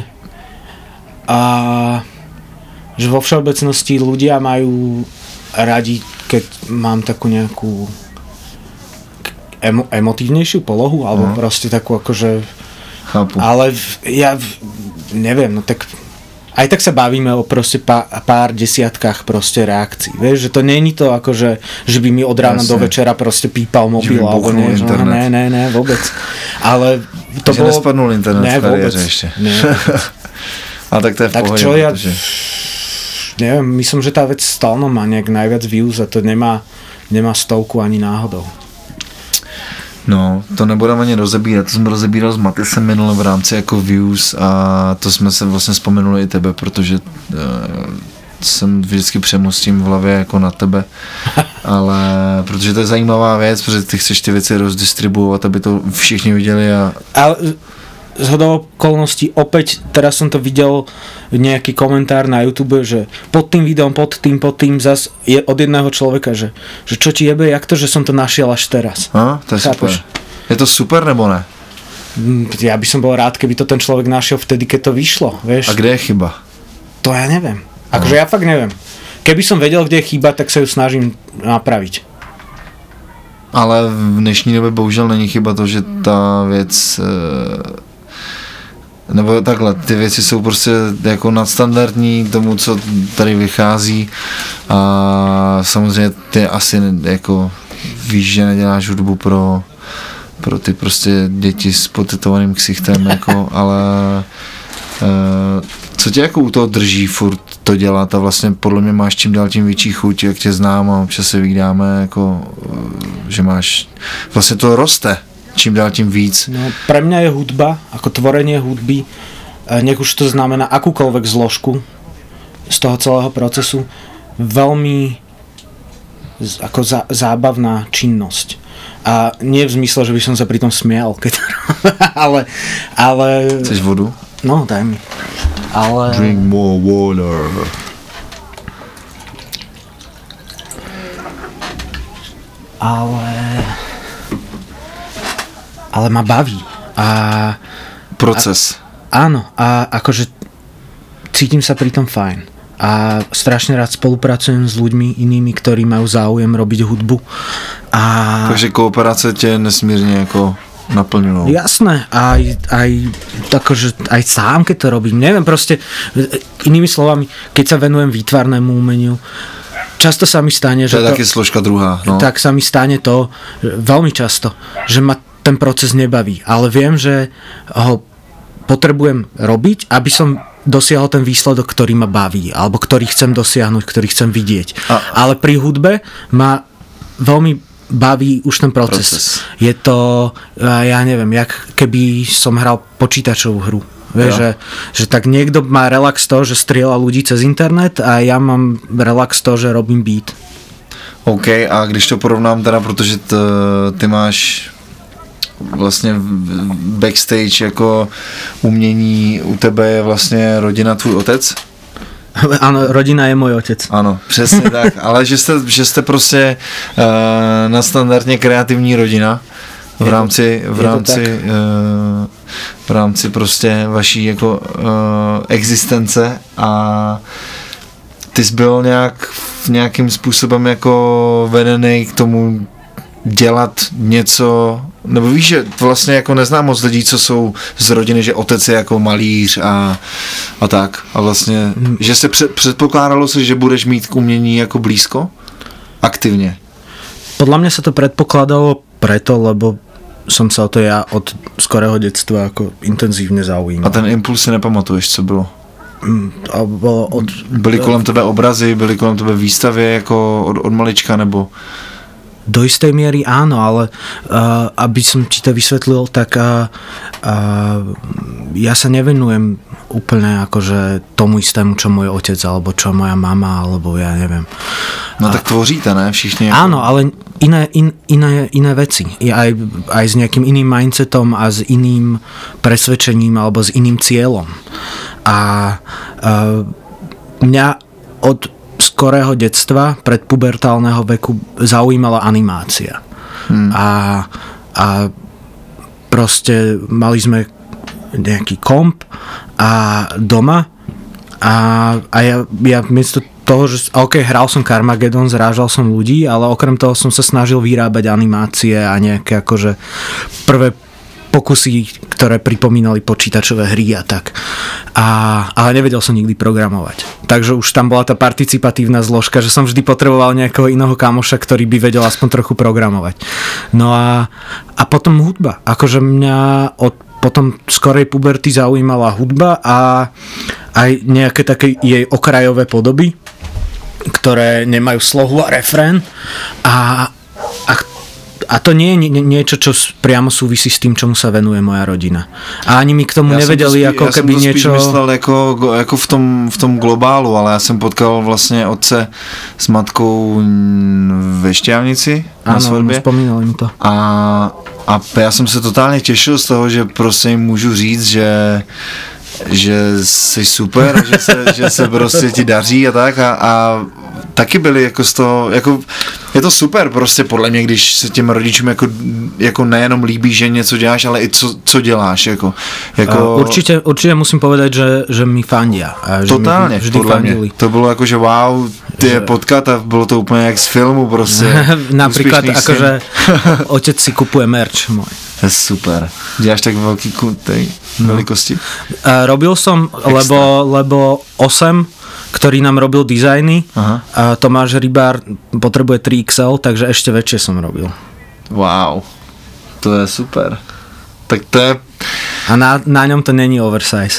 A... že vo všeobecnosti ľudia majú radi, keď mám takú nejakú emo, emotívnejšiu polohu, alebo uh-huh. proste takú akože... Chápu. Ale ja neviem, no tak aj tak sa bavíme o proste pár, pár desiatkách proste reakcií. Vieš, že to není to akože, že by mi od rána Jasne. do večera proste pípal mobil, alebo nie, že, ne, ne, ne, vôbec. Ale to že bolo... nespadnul internet ne, v kariére ešte. Ne, A tak to je v tak pohode. Čo ja... Protože... Neviem, myslím, že tá vec stále má nejak najviac views a to nemá, nemá stovku ani náhodou. No, to nebudeme ani rozebírat, to jsem rozebíral s Matisem minule v rámci jako views a to jsme se vlastně vzpomenuli i tebe, protože uh, jsem vždycky přemostím v hlavě jako na tebe, ale protože to je zajímavá věc, protože ty chceš ty věci rozdistribuovat, aby to všichni viděli a... Ale zhodou okolností opäť, teraz som to videl nejaký komentár na YouTube, že pod tým videom, pod tým, pod tým zas je od jedného človeka, že, že čo ti jebe, jak to, že som to našiel až teraz. No, to je Chápuš? Super. Je to super nebo ne? Ja by som bol rád, keby to ten človek našiel vtedy, keď to vyšlo, vieš. A kde je chyba? To ja neviem. Akože no. ja fakt neviem. Keby som vedel, kde je chyba, tak sa ju snažím napraviť. Ale v dnešní době bohužel není chyba to, že ta věc, nebo takhle, ty věci jsou prostě jako nadstandardní tomu, co tady vychází a samozřejmě ty asi jako víš, že neděláš hudbu pro, pro ty prostě děti s potetovaným ksichtem, jako, ale co tě jako u toho drží furt to dělat a vlastně podle mě máš čím dál tím větší chuť, jak tě znám a občas se vydáme, jako, že máš, vlastně to roste čím dál tím víc. No, pre mňa je hudba, ako tvorenie hudby, nech už to znamená akúkoľvek zložku z toho celého procesu, veľmi ako zá, zábavná činnosť. A nie v zmysle, že by som sa pri tom smial, keď ale, ale... Chceš vodu? No, daj mi. Ale... Drink more water. Ale... Ale ma baví. A... Proces. A, áno, a akože cítim sa pri tom fajn. A strašne rád spolupracujem s ľuďmi inými, ktorí majú záujem robiť hudbu. A... Takže kooperace tě nesmírně jako naplňujú. Jasné, aj, aj, akože, aj sám, keď to robím. Neviem, proste, inými slovami, keď sa venujem výtvarnému umeniu, často sa mi stane, to že je to, taky složka druhá. No. Tak sa mi stane to, veľmi často, že ma ten proces nebaví, ale viem, že ho potrebujem robiť, aby som dosiahol ten výsledok, ktorý ma baví, alebo ktorý chcem dosiahnuť, ktorý chcem vidieť. A, ale pri hudbe ma veľmi baví už ten proces. proces. Je to, ja neviem, jak keby som hral počítačovú hru. Vieš, že, že tak niekto má relax to, že strieľa ľudí cez internet a ja mám relax to, že robím beat. OK, a když to porovnám teda, protože t, ty máš vlastně backstage jako umění, u tebe je vlastně rodina tvůj otec? Ano, rodina je můj otec. Ano, přesně tak, ale že jste, že jste prostě uh, nadstandardně kreativní rodina v rámci, v rámci, uh, v rámci prostě vaší jako uh, existence a ty jsi byl nějak nějakým způsobem jako vedený k tomu dělat něco, nebo víš, že vlastně jako neznám moc lidí, co jsou z rodiny, že otec je jako malíř a, a tak. A vlastně, že se před, předpokládalo se, že budeš mít k umění jako blízko? Aktivně. Podľa mňa sa to predpokladalo preto, lebo som sa o to ja od skorého detstva ako intenzívne zaujímal. A ten impuls si nepamatuješ, co bylo? A bolo od... Byly kolem tebe obrazy, byly kolem tebe výstavy jako od, od malička, nebo... Do istej miery áno, ale uh, aby som ti to vysvetlil, tak uh, uh, ja sa nevenujem úplne akože tomu istému, čo môj otec, alebo čo moja mama, alebo ja neviem. No tak tvoříte, ne? Všichni. Jako... Áno, ale iné, in, iné, iné veci. Aj, aj s nejakým iným mindsetom a s iným presvedčením alebo s iným cieľom. A uh, mňa od skorého detstva, predpubertálneho veku zaujímala animácia. Hmm. A, a proste mali sme nejaký komp a doma a, a ja, ja miesto toho, že ok, hral som Carmageddon, zrážal som ľudí, ale okrem toho som sa snažil vyrábať animácie a nejaké akože prvé pokusy, ktoré pripomínali počítačové hry a tak. A, ale nevedel som nikdy programovať. Takže už tam bola tá participatívna zložka, že som vždy potreboval nejakého iného kamoša, ktorý by vedel aspoň trochu programovať. No a, a potom hudba. Akože mňa od potom skorej puberty zaujímala hudba a aj nejaké také jej okrajové podoby, ktoré nemajú slohu a refrén a, a a to nie je nie, niečo, čo priamo súvisí s tým, čomu sa venuje moja rodina. A ani mi k tomu já nevedeli, spí, ako keby niečo... Já jsem to spíš myslel jako, jako v, tom, v tom globálu, ale já jsem potkal vlastně otce s matkou ve Šťávnici na svatbě. Áno, spomínali mi to. A, a já jsem se totálně těšil z toho, že prostě jim můžu říct, že že jsi super, že se, že se prostě ti daří a tak a, a taky byli jako z toho, jako je to super prostě podle mě, když se těm rodičům jako, jako nejenom líbí, že něco děláš, ale i co, co děláš, jako, jako... Určitě, určitě musím povedať, že, že mi fandia. A že totálně, mi vždy podle fandili. mě. To bylo jako, že wow, ty je potkat a bylo to úplně jak z filmu prostě. Například jako, že otec si kupuje merch môj. To je super. Děláš tak velký tej no. velikosti? Uh, robil som, lebo, lebo osem, ktorý nám robil dizajny. Uh, Tomáš Rybár potrebuje tri iks el, takže ešte väčšie som robil. Wow, to je super. Tak to je... A na, na ňom to není oversize.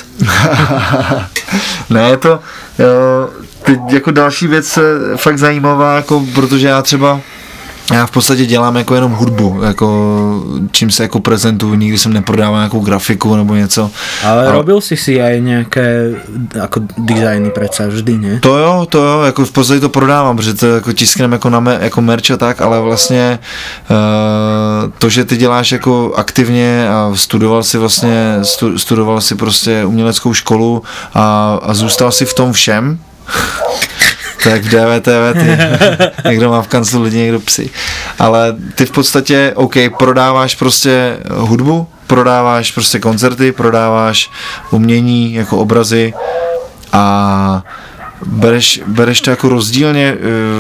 Ne, to... Jo, teď jako další věc fakt zajímavá, jako, protože já třeba já v podstatě dělám jako jenom hudbu, jako čím se jako prezentuju, nikdy jsem neprodával nějakou grafiku nebo něco. Ale, ale robil si si aj nějaké jako designy přece vždy, ne? To jo, to jo, jako v podstatě to prodávám, protože to jako tisknem jako, na me, jako merch a tak, ale vlastně uh, to, že ty děláš jako aktivně a studoval si vlastně, stu, studoval si prostě uměleckou školu a, a zůstal si v tom všem, tak v D V T V ty, někdo má v kanclu lidi, někdo psy. Ale ty v podstatě, OK, prodáváš prostě hudbu, prodáváš prostě koncerty, prodáváš umění, jako obrazy a bereš, bereš to jako rozdílně,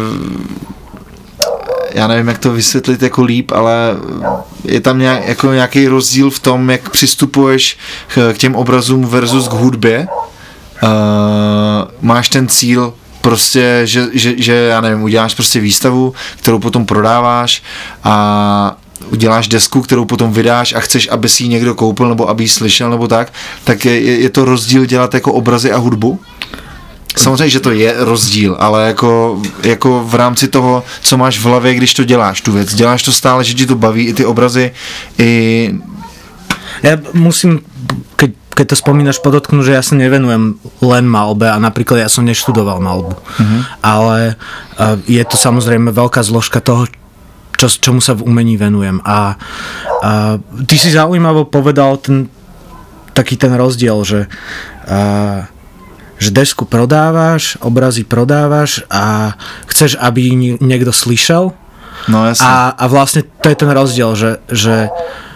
já nevím, jak to vysvětlit jako líp, ale je tam nějak, jako nějaký rozdíl v tom, jak přistupuješ k těm obrazům versus k hudbě. Uh, máš ten cíl prostě, že, že, že já nevím, uděláš prostě výstavu, kterou potom prodáváš a uděláš desku, kterou potom vydáš a chceš, aby si ji někdo koupil nebo aby ji slyšel nebo tak, tak je, je to rozdíl dělat jako obrazy a hudbu? Samozřejmě, že to je rozdíl, ale jako, jako v rámci toho, co máš v hlavě, když to děláš tu věc. Děláš to stále, že ti to baví, i ty obrazy, i... Ja musím, keď keď to spomínaš, podotknú, že ja sa nevenujem len malbe a napríklad ja som neštudoval malbu. Mm-hmm. Ale uh, je to samozrejme veľká zložka toho, čo, čomu sa v umení venujem. A uh, ty si zaujímavo povedal ten, taký ten rozdiel, že, uh, že desku prodávaš, obrazy prodávaš a chceš, aby niekto slyšel. No jasne. A, a vlastne to je ten rozdiel, že, že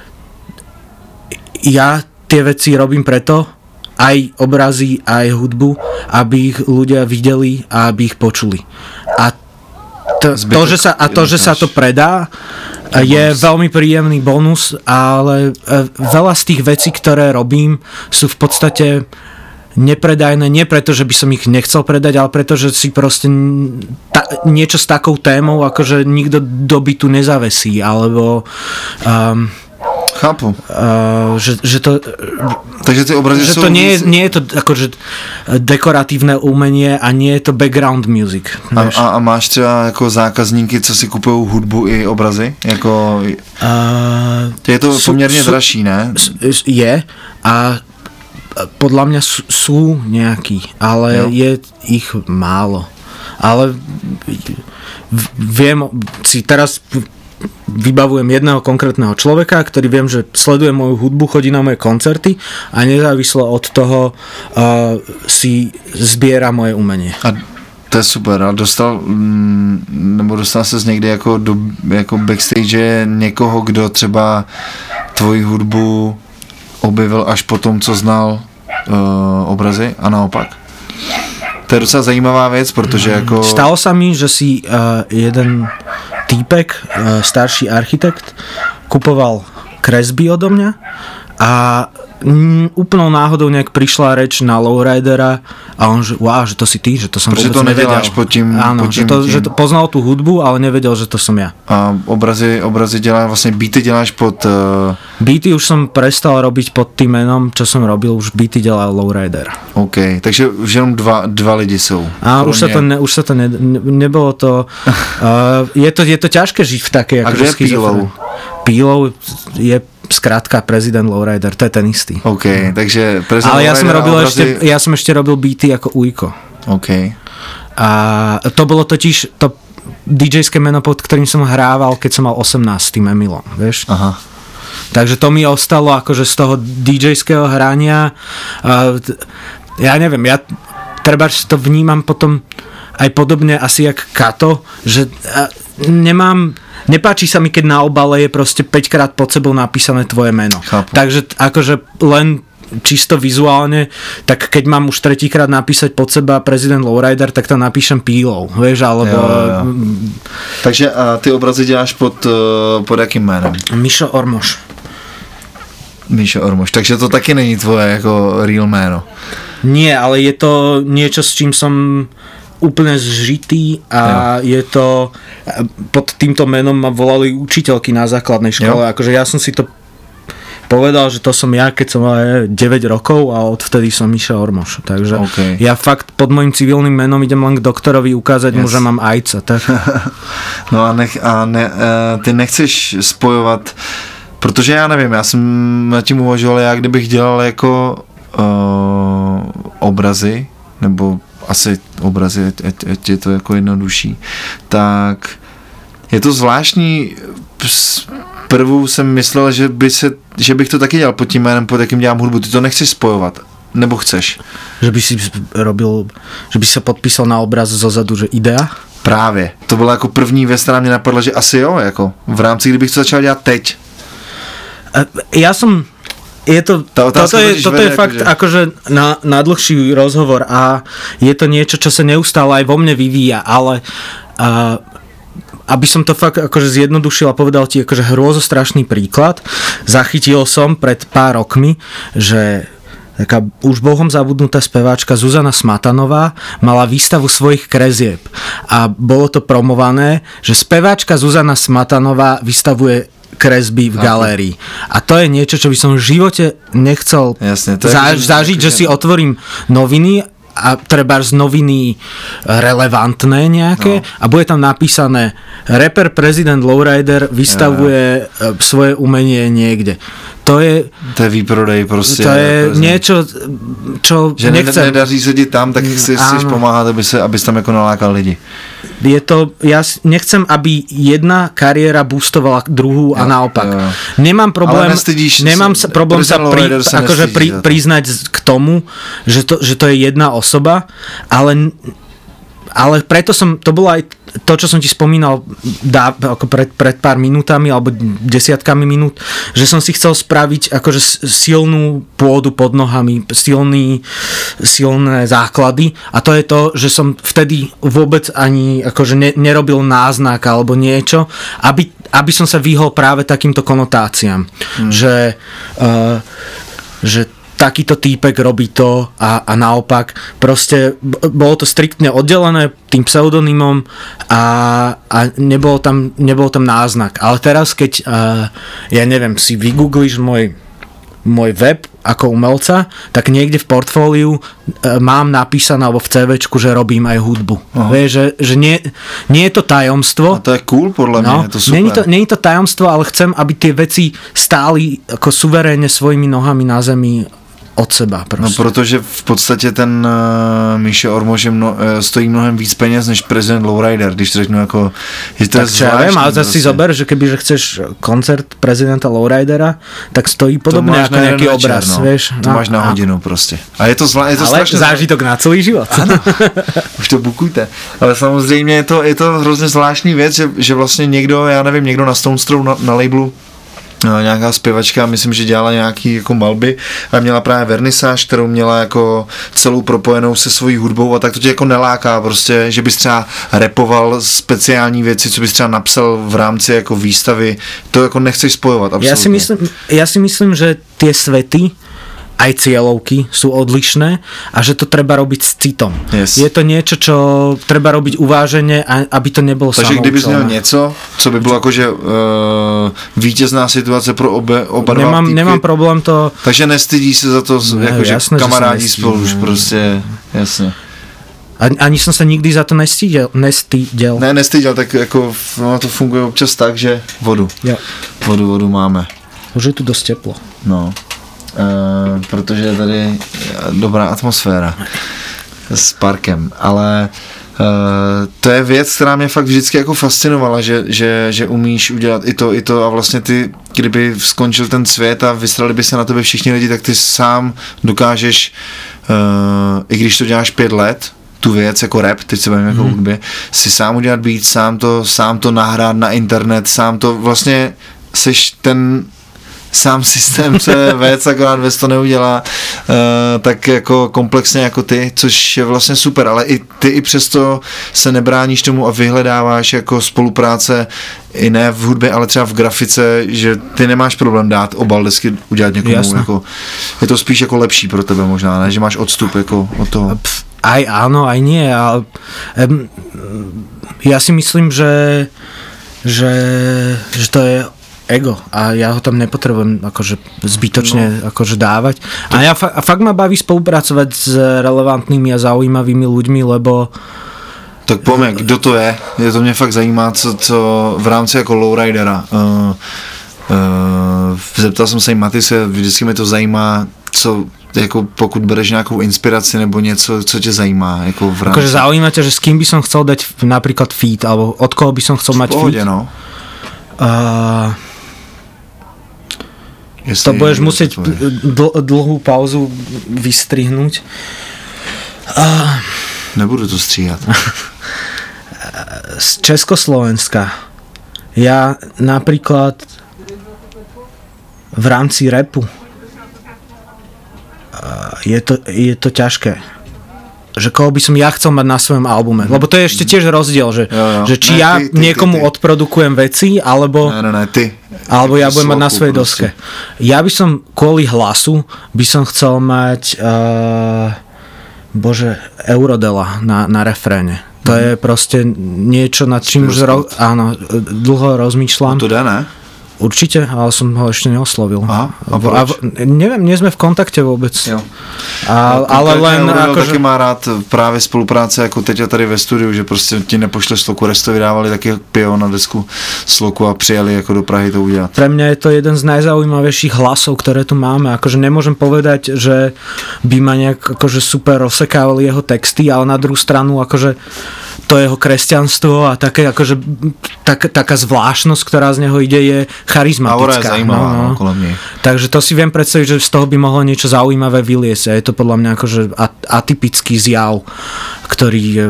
ja tie veci robím preto, aj obrazy, aj hudbu, aby ich ľudia videli a aby ich počuli. A to, to, že, sa, a to že sa to predá, je veľmi príjemný bonus, ale veľa z tých vecí, ktoré robím, sú v podstate nepredajné, nie preto, že by som ich nechcel predať, ale preto, že si proste ta, niečo s takou témou, akože nikto do bytu nezavesí, alebo... Um, Chápu. Uh, že, že to, takže ty obrazy že sú... to nie je, nie je to akože dekoratívne umenie a nie je to background music. A, a, a máš třeba jako zákazníky, co si kupují hudbu i obrazy? Jako... Uh, je to sú, poměrně sú, dražší, ne? Je a podľa mňa sú, sú nejakí, ale jo. Je ich málo. Ale viem si teraz... vybavujem jedného konkrétneho človeka, ktorý viem, že sleduje moju hudbu, chodí na moje koncerty a nezávislo od toho uh, si zbiera moje umenie. A to je super. A dostal, nebo dostal ses někdy jako, do, jako backstage někoho, kdo třeba tvoji hudbu objevil až po tom, co znal uh, obrazy a naopak? To je docela zajímavá věc, protože jako... Stalo sa mi, že si uh, jeden týpek, uh, starší architekt, kupoval kresby odo mňa a Mm, úplnou náhodou nejak prišla reč na Lowridera a on, že wow, že to si ty, že to som Protože vôbec to nevedel. neděláš pod tím, Áno, pod tím, že, to, tím. že to poznal tú hudbu, ale nevedel, že to som ja. A obrazy, obrazy děláš, vlastně beaty děláš pod... Uh... Beaty už som prestal robiť pod tým menom, čo som robil, už beaty dělal Lowrider. OK, takže už jenom dva, dva lidi jsou. A už sa to, ne, už sa to ne, ne, nebolo to, uh, je to... Je to ťažké žiť v takej... A kdo je Pílou? Pílou je skrátka prezident Lowrider, to je ten istý. OK, takže prezident Ale ja som robil obrazy... ešte, ja som ešte robil beaty ako Ujko. OK. A to bolo totiž to DJské meno, pod ktorým som hrával, keď som mal osemnásť s tým Emilom, vieš? Aha. Takže to mi ostalo akože z toho DJského hrania. Uh, ja neviem, ja treba to vnímam potom aj podobne asi jak Kato, že uh, nemám, nepáči sa mi, keď na obale je proste päť krát pod sebou napísané tvoje meno. Chápu. Takže akože len čisto vizuálne, tak keď mám už tretíkrát napísať pod seba prezident Lowrider, tak to napíšem Pílou, vieš, alebo... Jo, jo. Takže a ty obrazy děláš pod, pod jakým jménem? Mišo Ormoš. Mišo Ormoš, takže to taky není tvoje jako real jméno. Nie, ale je to niečo, s čím som úplne zžitý a jo. Je to, pod týmto menom ma volali učiteľky na základnej škole, jo. Akože ja som si to povedal, že to som ja, keď som mal deväť rokov a odvtedy som Mišo Ormoš, takže okay. Ja fakt pod mojím civilným menom idem len k doktorovi ukázať yes. mu, že mám AIDS. Tak. No a, nech, a ne, ty nechceš spojovat, protože já nevím, já jsem nad tím uvažoval, já kdybych dělal jako uh, obrazy, nebo asi obrazy, ať, ať je to jako jednodušší, tak je to zvláštní. Prvu jsem myslel, že, by se, že bych to taky dělal pod tím jménem, pod jakým dělám hudbu. Ty to nechceš spojovat, nebo chceš? Že by si robil, že by se podpísal na obraz zozadu, že Idea? Právě. To byla jako první věc, která mě napadla, že asi jo, jako v rámci, kdybych to začal dělat teď. Ja som je to, toto je, toto je fakt akože na, na dlhší rozhovor a je to niečo, čo sa neustále aj vo mne vyvíja, ale uh, aby som to fakt akože zjednodušil a povedal ti akože hrôzostrašný príklad, zachytil som pred pár rokmi, že taká už bohom zabudnutá speváčka Zuzana Smatanová mala výstavu svojich krezieb a bolo to promované, že speváčka Zuzana Smatanová vystavuje kresby v galérii. A to je niečo, čo by som v živote nechcel Jasne, to za, je, zažiť, že si otvorím noviny a treba z noviny relevantné nejaké no. A bude tam napísané rapper prezident Lowrider vystavuje ja. svoje umenie niekde. To je... To je výprodej prostě. To je prezident. Niečo, čo že nechcem. Že nedaří se ti tam, tak si chceš pomáhat, aby se, abys tam jako nalákal lidi. Je to, ja nechcem, aby jedna kariéra boostovala druhú a naopak. Jo, jo. Nemám problém, nemám sa, problém sa, pri, sa akože pri, priznať k tomu, že to, že to je jedna osoba, ale, ale preto som, to bolo aj to, čo som ti spomínal dá, ako pred, pred pár minútami alebo desiatkami minút, že som si chcel spraviť akože silnú pôdu pod nohami, silný, silné základy a to je to, že som vtedy vôbec ani akože ne, nerobil náznak alebo niečo, aby, aby som sa vyhol práve takýmto konotáciám. Hmm. Že, uh, že takýto týpek robí to a, a naopak. Proste bolo to striktne oddelené tým pseudonymom a, a nebol, tam, nebol tam náznak. Ale teraz, keď uh, ja neviem, si vygoogliš môj, môj web ako umelca, tak niekde v portfóliu uh, mám napísané alebo v CVčku, že robím aj hudbu. Vieš, že, že nie, nie je to tajomstvo. A to je cool, podľa mňa, no, je to super. Nie je to, nie je to tajomstvo, ale chcem, aby tie veci stáli ako suverénne svojimi nohami na zemi od seba. Prostě. No, protože v podstatě ten uh, Mišo Ormoš mno, uh, stojí mnohem víc peněz než prezident Lowrider, když to řeknu jako, že to tak je zvláštní. Viem, ale zase si zober, že keby že chceš koncert prezidenta Lowridera, tak stojí podobně jako nějaký obraz. No. Vieš? To no, máš na hodinu a... prostě. A je to, zvla, je to ale strašně... zážitok na celý život. Ano, už to bukujte. Ale samozřejmě je to, je to hrozně zvláštní věc, že, že vlastně někdo, já nevím, někdo na Stone Throw na, na labelu no, nějaká zpěvačka, myslím, že dělala nějaký jako malby a měla právě vernisáž, kterou měla jako celou propojenou se svojí hudbou a tak to tě jako neláká prostě, že bys třeba repoval speciální věci, co bys třeba napsal v rámci jako výstavy, to jako nechceš spojovat, absolutně. Já si myslím, já si myslím, že tie svety aj cieľovky sú odlišné a že to treba robiť s citom. Yes. Je to niečo, čo treba robiť uvážene, aby to nebolo samoučelné. Takže kdybys měl něco, co by bylo jakože uh, vítězná situace pro obe, oba dva nemám, týpky, nemám problém to... Takže nestydí se za to, ne, jakože jasné, kamarádi spolu už prostě, jasně. Ani som sa nikdy za to nestýdel. nestýdel. Ne, nestýdel, tak jako no, to funguje občas tak, že vodu. Jo. Vodu, vodu máme. Už je tu dosť teplo. No, e, protože je tady dobrá atmosféra s parkem, ale e, to je věc, která mě fakt vždycky jako fascinovala, že, že, že umíš udělat i to, i to a vlastně ty, kdyby skončil ten svět a vystrali by se na tebe všichni lidi, tak ty sám dokážeš, e, i když to děláš pět let, tu věc jako rap, teď se bavím jako hmm. hudbě, si sám udělat beat, sám to, sám to nahrát na internet, sám to vlastně seš ten sám systém, co je věc, akorát věc to neudělá uh, tak jako komplexně jako ty, což je vlastně super, ale i ty i přesto se nebráníš tomu a vyhledáváš jako spolupráce i ne v hudbě, ale třeba v grafice, že ty nemáš problém dát obal desky udělat někomu, jako, je to spíš jako lepší pro tebe možná, ne, že máš odstup jako od toho. Aj áno, aj nie, ale um, ja si myslím, že, že, že to je ego a ja ho tam nepotrebujem akože zbytočne no. akože dávať. A ja fa- a fakt ma baví spolupracovať s relevantnými a zaujímavými ľuďmi, lebo tak poviem, kdo to je? Je to mě fakt zajímá, co, co v rámci jako Lowridera. Uh, uh, zeptal jsem se jim Matise, vždycky mě to zajímá, co jako pokud bereš nějakou inspiraci nebo něco, co tě zajímá jako v rámci. Akože zaujíma ťa, že s kým by som chcel dať napríklad feat, alebo od koho by som chcel mať pohodě, feat? No. Uh, Jestli to budeš musieť dl- dlhú pauzu vystrihnúť. Uh, Nebudu to stříhat. Z Československa. Ja napríklad v rámci rapu je to, je to ťažké. Že koho by som ja chcel mať na svojom albume. Lebo to je ešte tiež rozdiel, že, jo, jo. že či ne, ja ty, ty, niekomu ty, ty. odprodukujem veci, alebo, ne, ne, ne, ty. alebo ja budem sloku, mať na svojej doske. Ja by som kvôli hlasu by som chcel mať uh, bože, Eurodela na, na refréne. To mm. je proste niečo, nad čím už ro- áno, dlho rozmýšľam. No to dá, ne? Určite, ale som ho ešte neoslovil. Aha, a a v, neviem, nie sme v kontakte vôbec. Jo. A, no, ale len ako, že... taky má rád právě spolupráce jako teď a tady ve studiu, že prostě ti nepošle sloku, resto vydávali taky pivo na desku sloku a přijeli jako do Prahy to udělat. Pre mňa je to jeden z najzaujímavejších hlasov, ktoré tu máme. Akože nemôžem povedať, že by ma nejak akože super rozsekávali jeho texty, ale na druhú stranu akože to jeho kresťanstvo a také akože tak, taká zvláštnosť, ktorá z neho ide, je charizmatická. Aura je zajímavá, no, no. Kolem nej. Takže to si viem predstaviť, že z toho by mohlo niečo zaujímavé vyliesť. A je to podľa mňa akože atypický zjav, ktorý je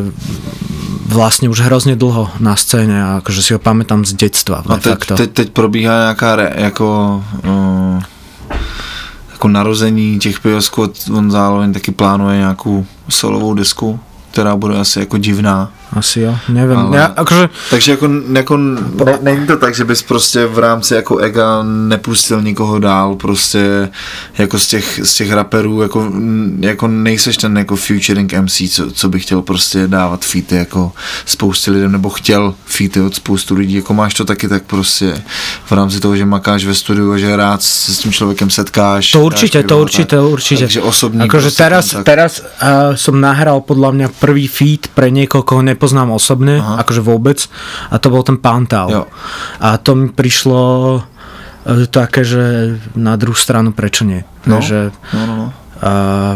vlastne už hrozne dlho na scéne a akože si ho pamätám z detstva. A teď, teď, teď probíhá nějaká re, jako, uh, jako narození těch Piosků, on zároveň taky plánuje nějakou solovou desku, která bude asi jako divná. Asi jo, neviem. Ale, ja, akože... Takže jako, jako ne, není to tak, že bys prostě v rámci jako ega nepustil nikoho dál, prostě jako z těch, z těch raperů, jako, jako nejseš ten jako featuring em cé, co, co by chtěl prostě dávat featy jako spoustě lidem, nebo chtěl featy od spoustu lidí, jako máš to taky tak prostě v rámci toho, že makáš ve studiu a že rád se s tím člověkem setkáš. To určite, to určite, tak, určite. Takže osobní. Akože prostě teraz, kontakt. teraz uh, som nahral podľa mňa prvý feat pre niekoho, koho nepoznám osobne, Aha. akože vôbec, a to bol ten Pantal. Jo. A to mi prišlo uh, také, že na druhú stranu prečo nie? No, že, no, no, no. Uh,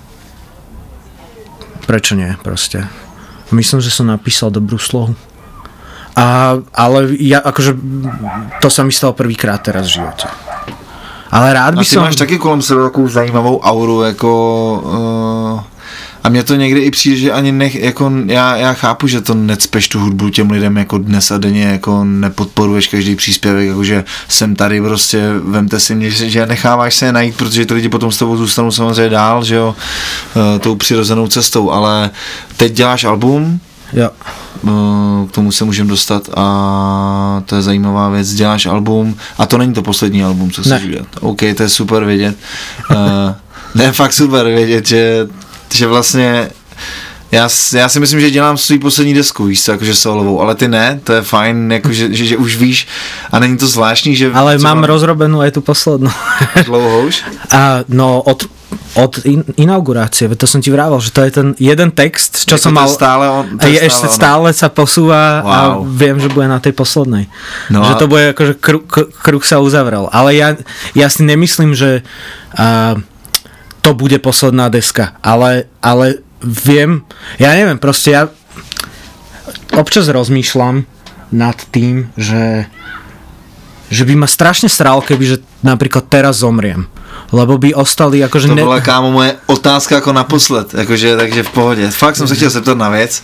prečo nie, proste. Myslím, že som napísal dobrú slohu. A, ale ja, akože to sa mi stalo prvýkrát teraz v živote. Ale rád by a ty som... máš taky kolem sebe takovou zajímavou auru, jako... Uh, a mně to někdy i přijde, že ani nech, jako já, já chápu, že to necpeš tu hudbu těm lidem jako dnes a denně, jako nepodporuješ každý příspěvek, jakože jsem tady prostě, vemte si mě, že necháváš se je najít, protože ty lidi potom s tebou zůstanou samozřejmě dál, že jo, uh, tou přirozenou cestou, ale teď děláš album, jo. K tomu se můžeme dostat a to je zajímavá věc, děláš album a to není to poslední album, co chceš udělat. OK, to je super vědět. Uh, Ne, fakt super vědět, že, že vlastně já, já si myslím, že dělám svůj poslední desku, víš co, jakože solovou, ale ty ne, to je fajn, jako, že, že, že už víš a není to zvláštní, že... Ale mám mám rozrobenú aj tú poslednú. Dlouho už? A, no, od, od in, inaugurácie, to som ti vrával, že to je ten jeden text, čo jako som mal... Stále on, a je, ešte stále sa posúva wow. A viem, že bude na tej poslednej. No že a... to bude akože kruh, kruh sa uzavrel. Ale ja, ja si nemyslím, že uh, to bude posledná deska, ale, ale viem, ja neviem, proste ja občas rozmýšľam nad tým, že že by ma strašne sral, keby, že napríklad teraz zomriem. Lebo by ostali akože... To bola, ne... kámo, moje otázka ako naposled, akože, takže v pohodě. Fakt jsem se chtěl zeptat na věc,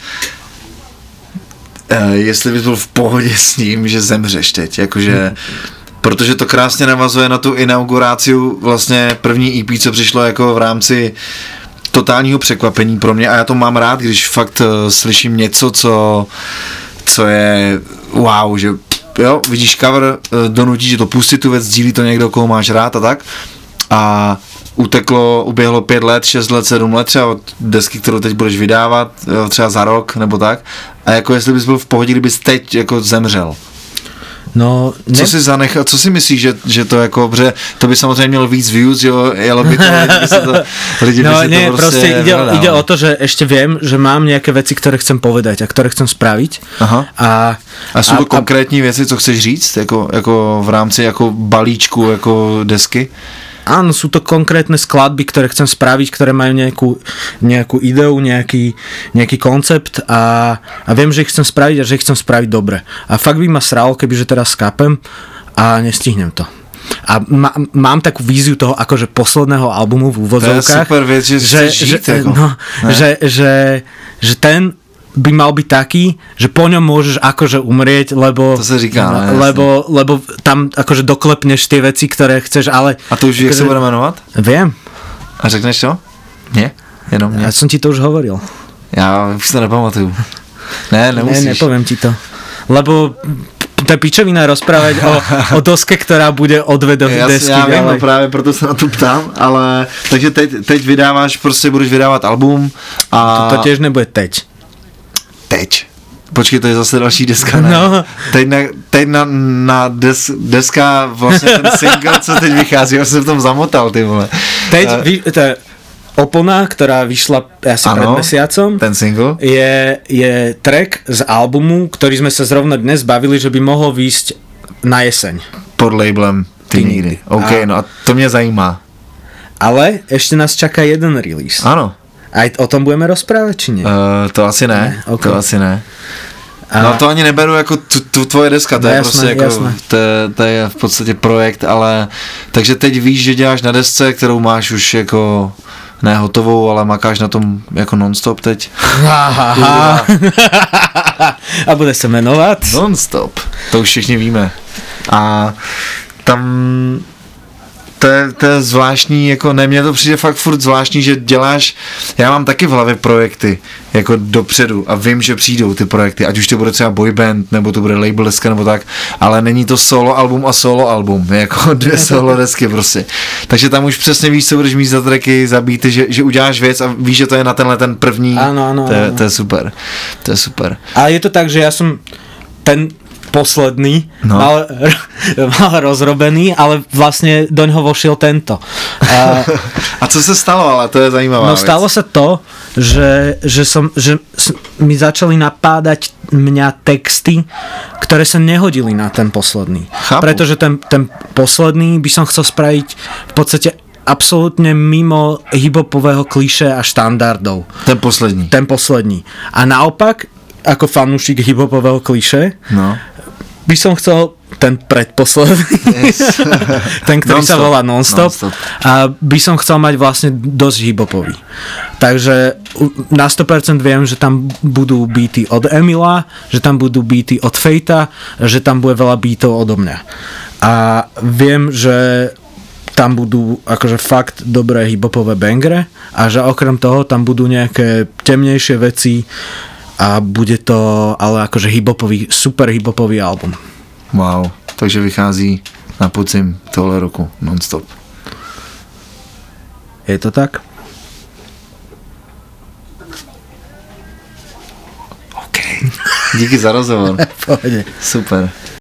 uh, jestli bys byl v pohodě s ním, že zemřeš teď, jakože... Protože to krásně navazuje na tu inauguráciu, vlastně první E P, co přišlo jako v rámci totálního překvapení pro mě a já to mám rád, když fakt uh, slyším něco, co, co je wow, že jo, vidíš cover, uh, donutí, že to pustí tu věc, sdílí to někdo, koho máš rád a tak a uteklo, uběhlo pět let, šest let, sedm let třeba od desky, kterou teď budeš vydávat, jo, třeba za rok nebo tak a jako jestli bys byl v pohodě, kdybys teď jako zemřel. No, ne... Co si zanechal, co si myslíš, že, že to jako, protože to by samozřejmě mělo víc views, jo, jelo by to, lidi by si to, lidi no, by si nie, to prostě ide, ide o to, že ešte viem, že mám nejaké veci, ktoré chcem povedať a ktoré chcem spraviť. Aha. A, a sú to a, konkrétní věci, co chceš říct, jako, jako v rámci jako balíčku, jako desky? Áno, sú to konkrétne skladby, ktoré chcem spraviť, ktoré majú nejakú, nejakú ideu, nejaký, nejaký koncept a, a viem, že ich chcem spraviť a že ich chcem spraviť dobre. A fakt by ma sral, kebyže teraz skápem a nestihnem to. A má, mám takú víziu toho akože posledného albumu v úvodzovkách. To je super vec, že, že, žít, že, jako. no, že, že, že ten by mal byť taký, že po ňom môžeš akože umrieť, lebo, to sa říká, no, lebo, lebo tam akože doklepneš tie veci, ktoré chceš, ale... A to už, jak akože, sa bude menovat? Viem. A řekneš to? Nie? Jenom nie? Ja som ti to už hovoril. Ja už to nepamatuju. Ne, nemusíš. Ne, nepoviem ti to. Lebo to je pičovina rozprávať o, o doske, ktorá bude o dve do desky. Já vím, no právě proto se na to ptám, ale takže teď, teď vydáváš, prostě budeš vydávat album a... To, to tiež nebude teď. Teď. Počkej, to je zase další deska, ne? No. Teď na, teď na, na des, deska, vlastně ten single, co teď vychází, já jsem v tom zamotal, ty vole. Teď, uh, vy, to je Opona, ktorá vyšla asi ano, pred mesiacom. Ten single. Je, je track z albumu, ktorý sme sa zrovna dnes bavili, že by mohol výjsť na jeseň. Pod labelem Ty nikdy. OK, a, no a to mě zajímá. Ale ešte nás čaká jeden release. Ano. Aj o tom budeme rozprávať, či nie? Uh, to asi ne, ne? Okay. To asi ne. A... No to ani neberu jako tu, tu tvoje deska, to no, je jasné, prostě jako, to, to je v podstatě projekt, ale takže teď víš, že děláš na desce, kterou máš už jako ne hotovou, ale makáš na tom jako non-stop teď. A bude se jmenovat? Non-stop, to už všichni víme. A tam to je, to je zvláštní, jako ne, mně to přijde fakt furt zvláštní, že děláš, já mám taky v hlavě projekty, jako dopředu a vím, že přijdou ty projekty, ať už to bude třeba boyband, nebo to bude label deska, nebo tak, ale není to solo album a solo album, jako dvě solo desky prostě. Takže tam už přesně víš, co budeš mít za tracky, za beaty, že, že uděláš věc a víš, že to je na tenhle ten první, ano, ano, to, je, ano. to je super, to je super. Ale je to tak, že já jsem ten posledný, no. mal, mal rozrobený, ale vlastne doňho vošiel tento. A, a co se stalo, ale to je zajímavá No vec. stalo sa to, že, že, som, že mi začali napádať mňa texty, ktoré sa nehodili na ten posledný. Chápu. Pretože ten, ten posledný by som chcel spraviť v podstate absolútne mimo hiphopového klišé a štandardov. Ten poslední. Ten poslední. A naopak, ako fanúšik hiphopového klišé, no. by som chcel ten predposledný, yes. ten, ktorý non-stop. Sa volá Non-Stop, non-stop a by som chcel mať vlastne dosť hip-hopový. Takže na sto percent viem, že tam budú beaty od Emila, že tam budú beaty od Fejta, že tam bude veľa beatov odo mňa. A viem, že tam budú akože fakt dobré hip-hopové bangre a že okrem toho tam budú nejaké temnejšie veci a bude to ale akože hip-hopový, super hip-hopový album. Wow, takže vychází na podzim tohle roku non-stop. Je to tak? OK. Díky za rozhovor. Pohodě. Super.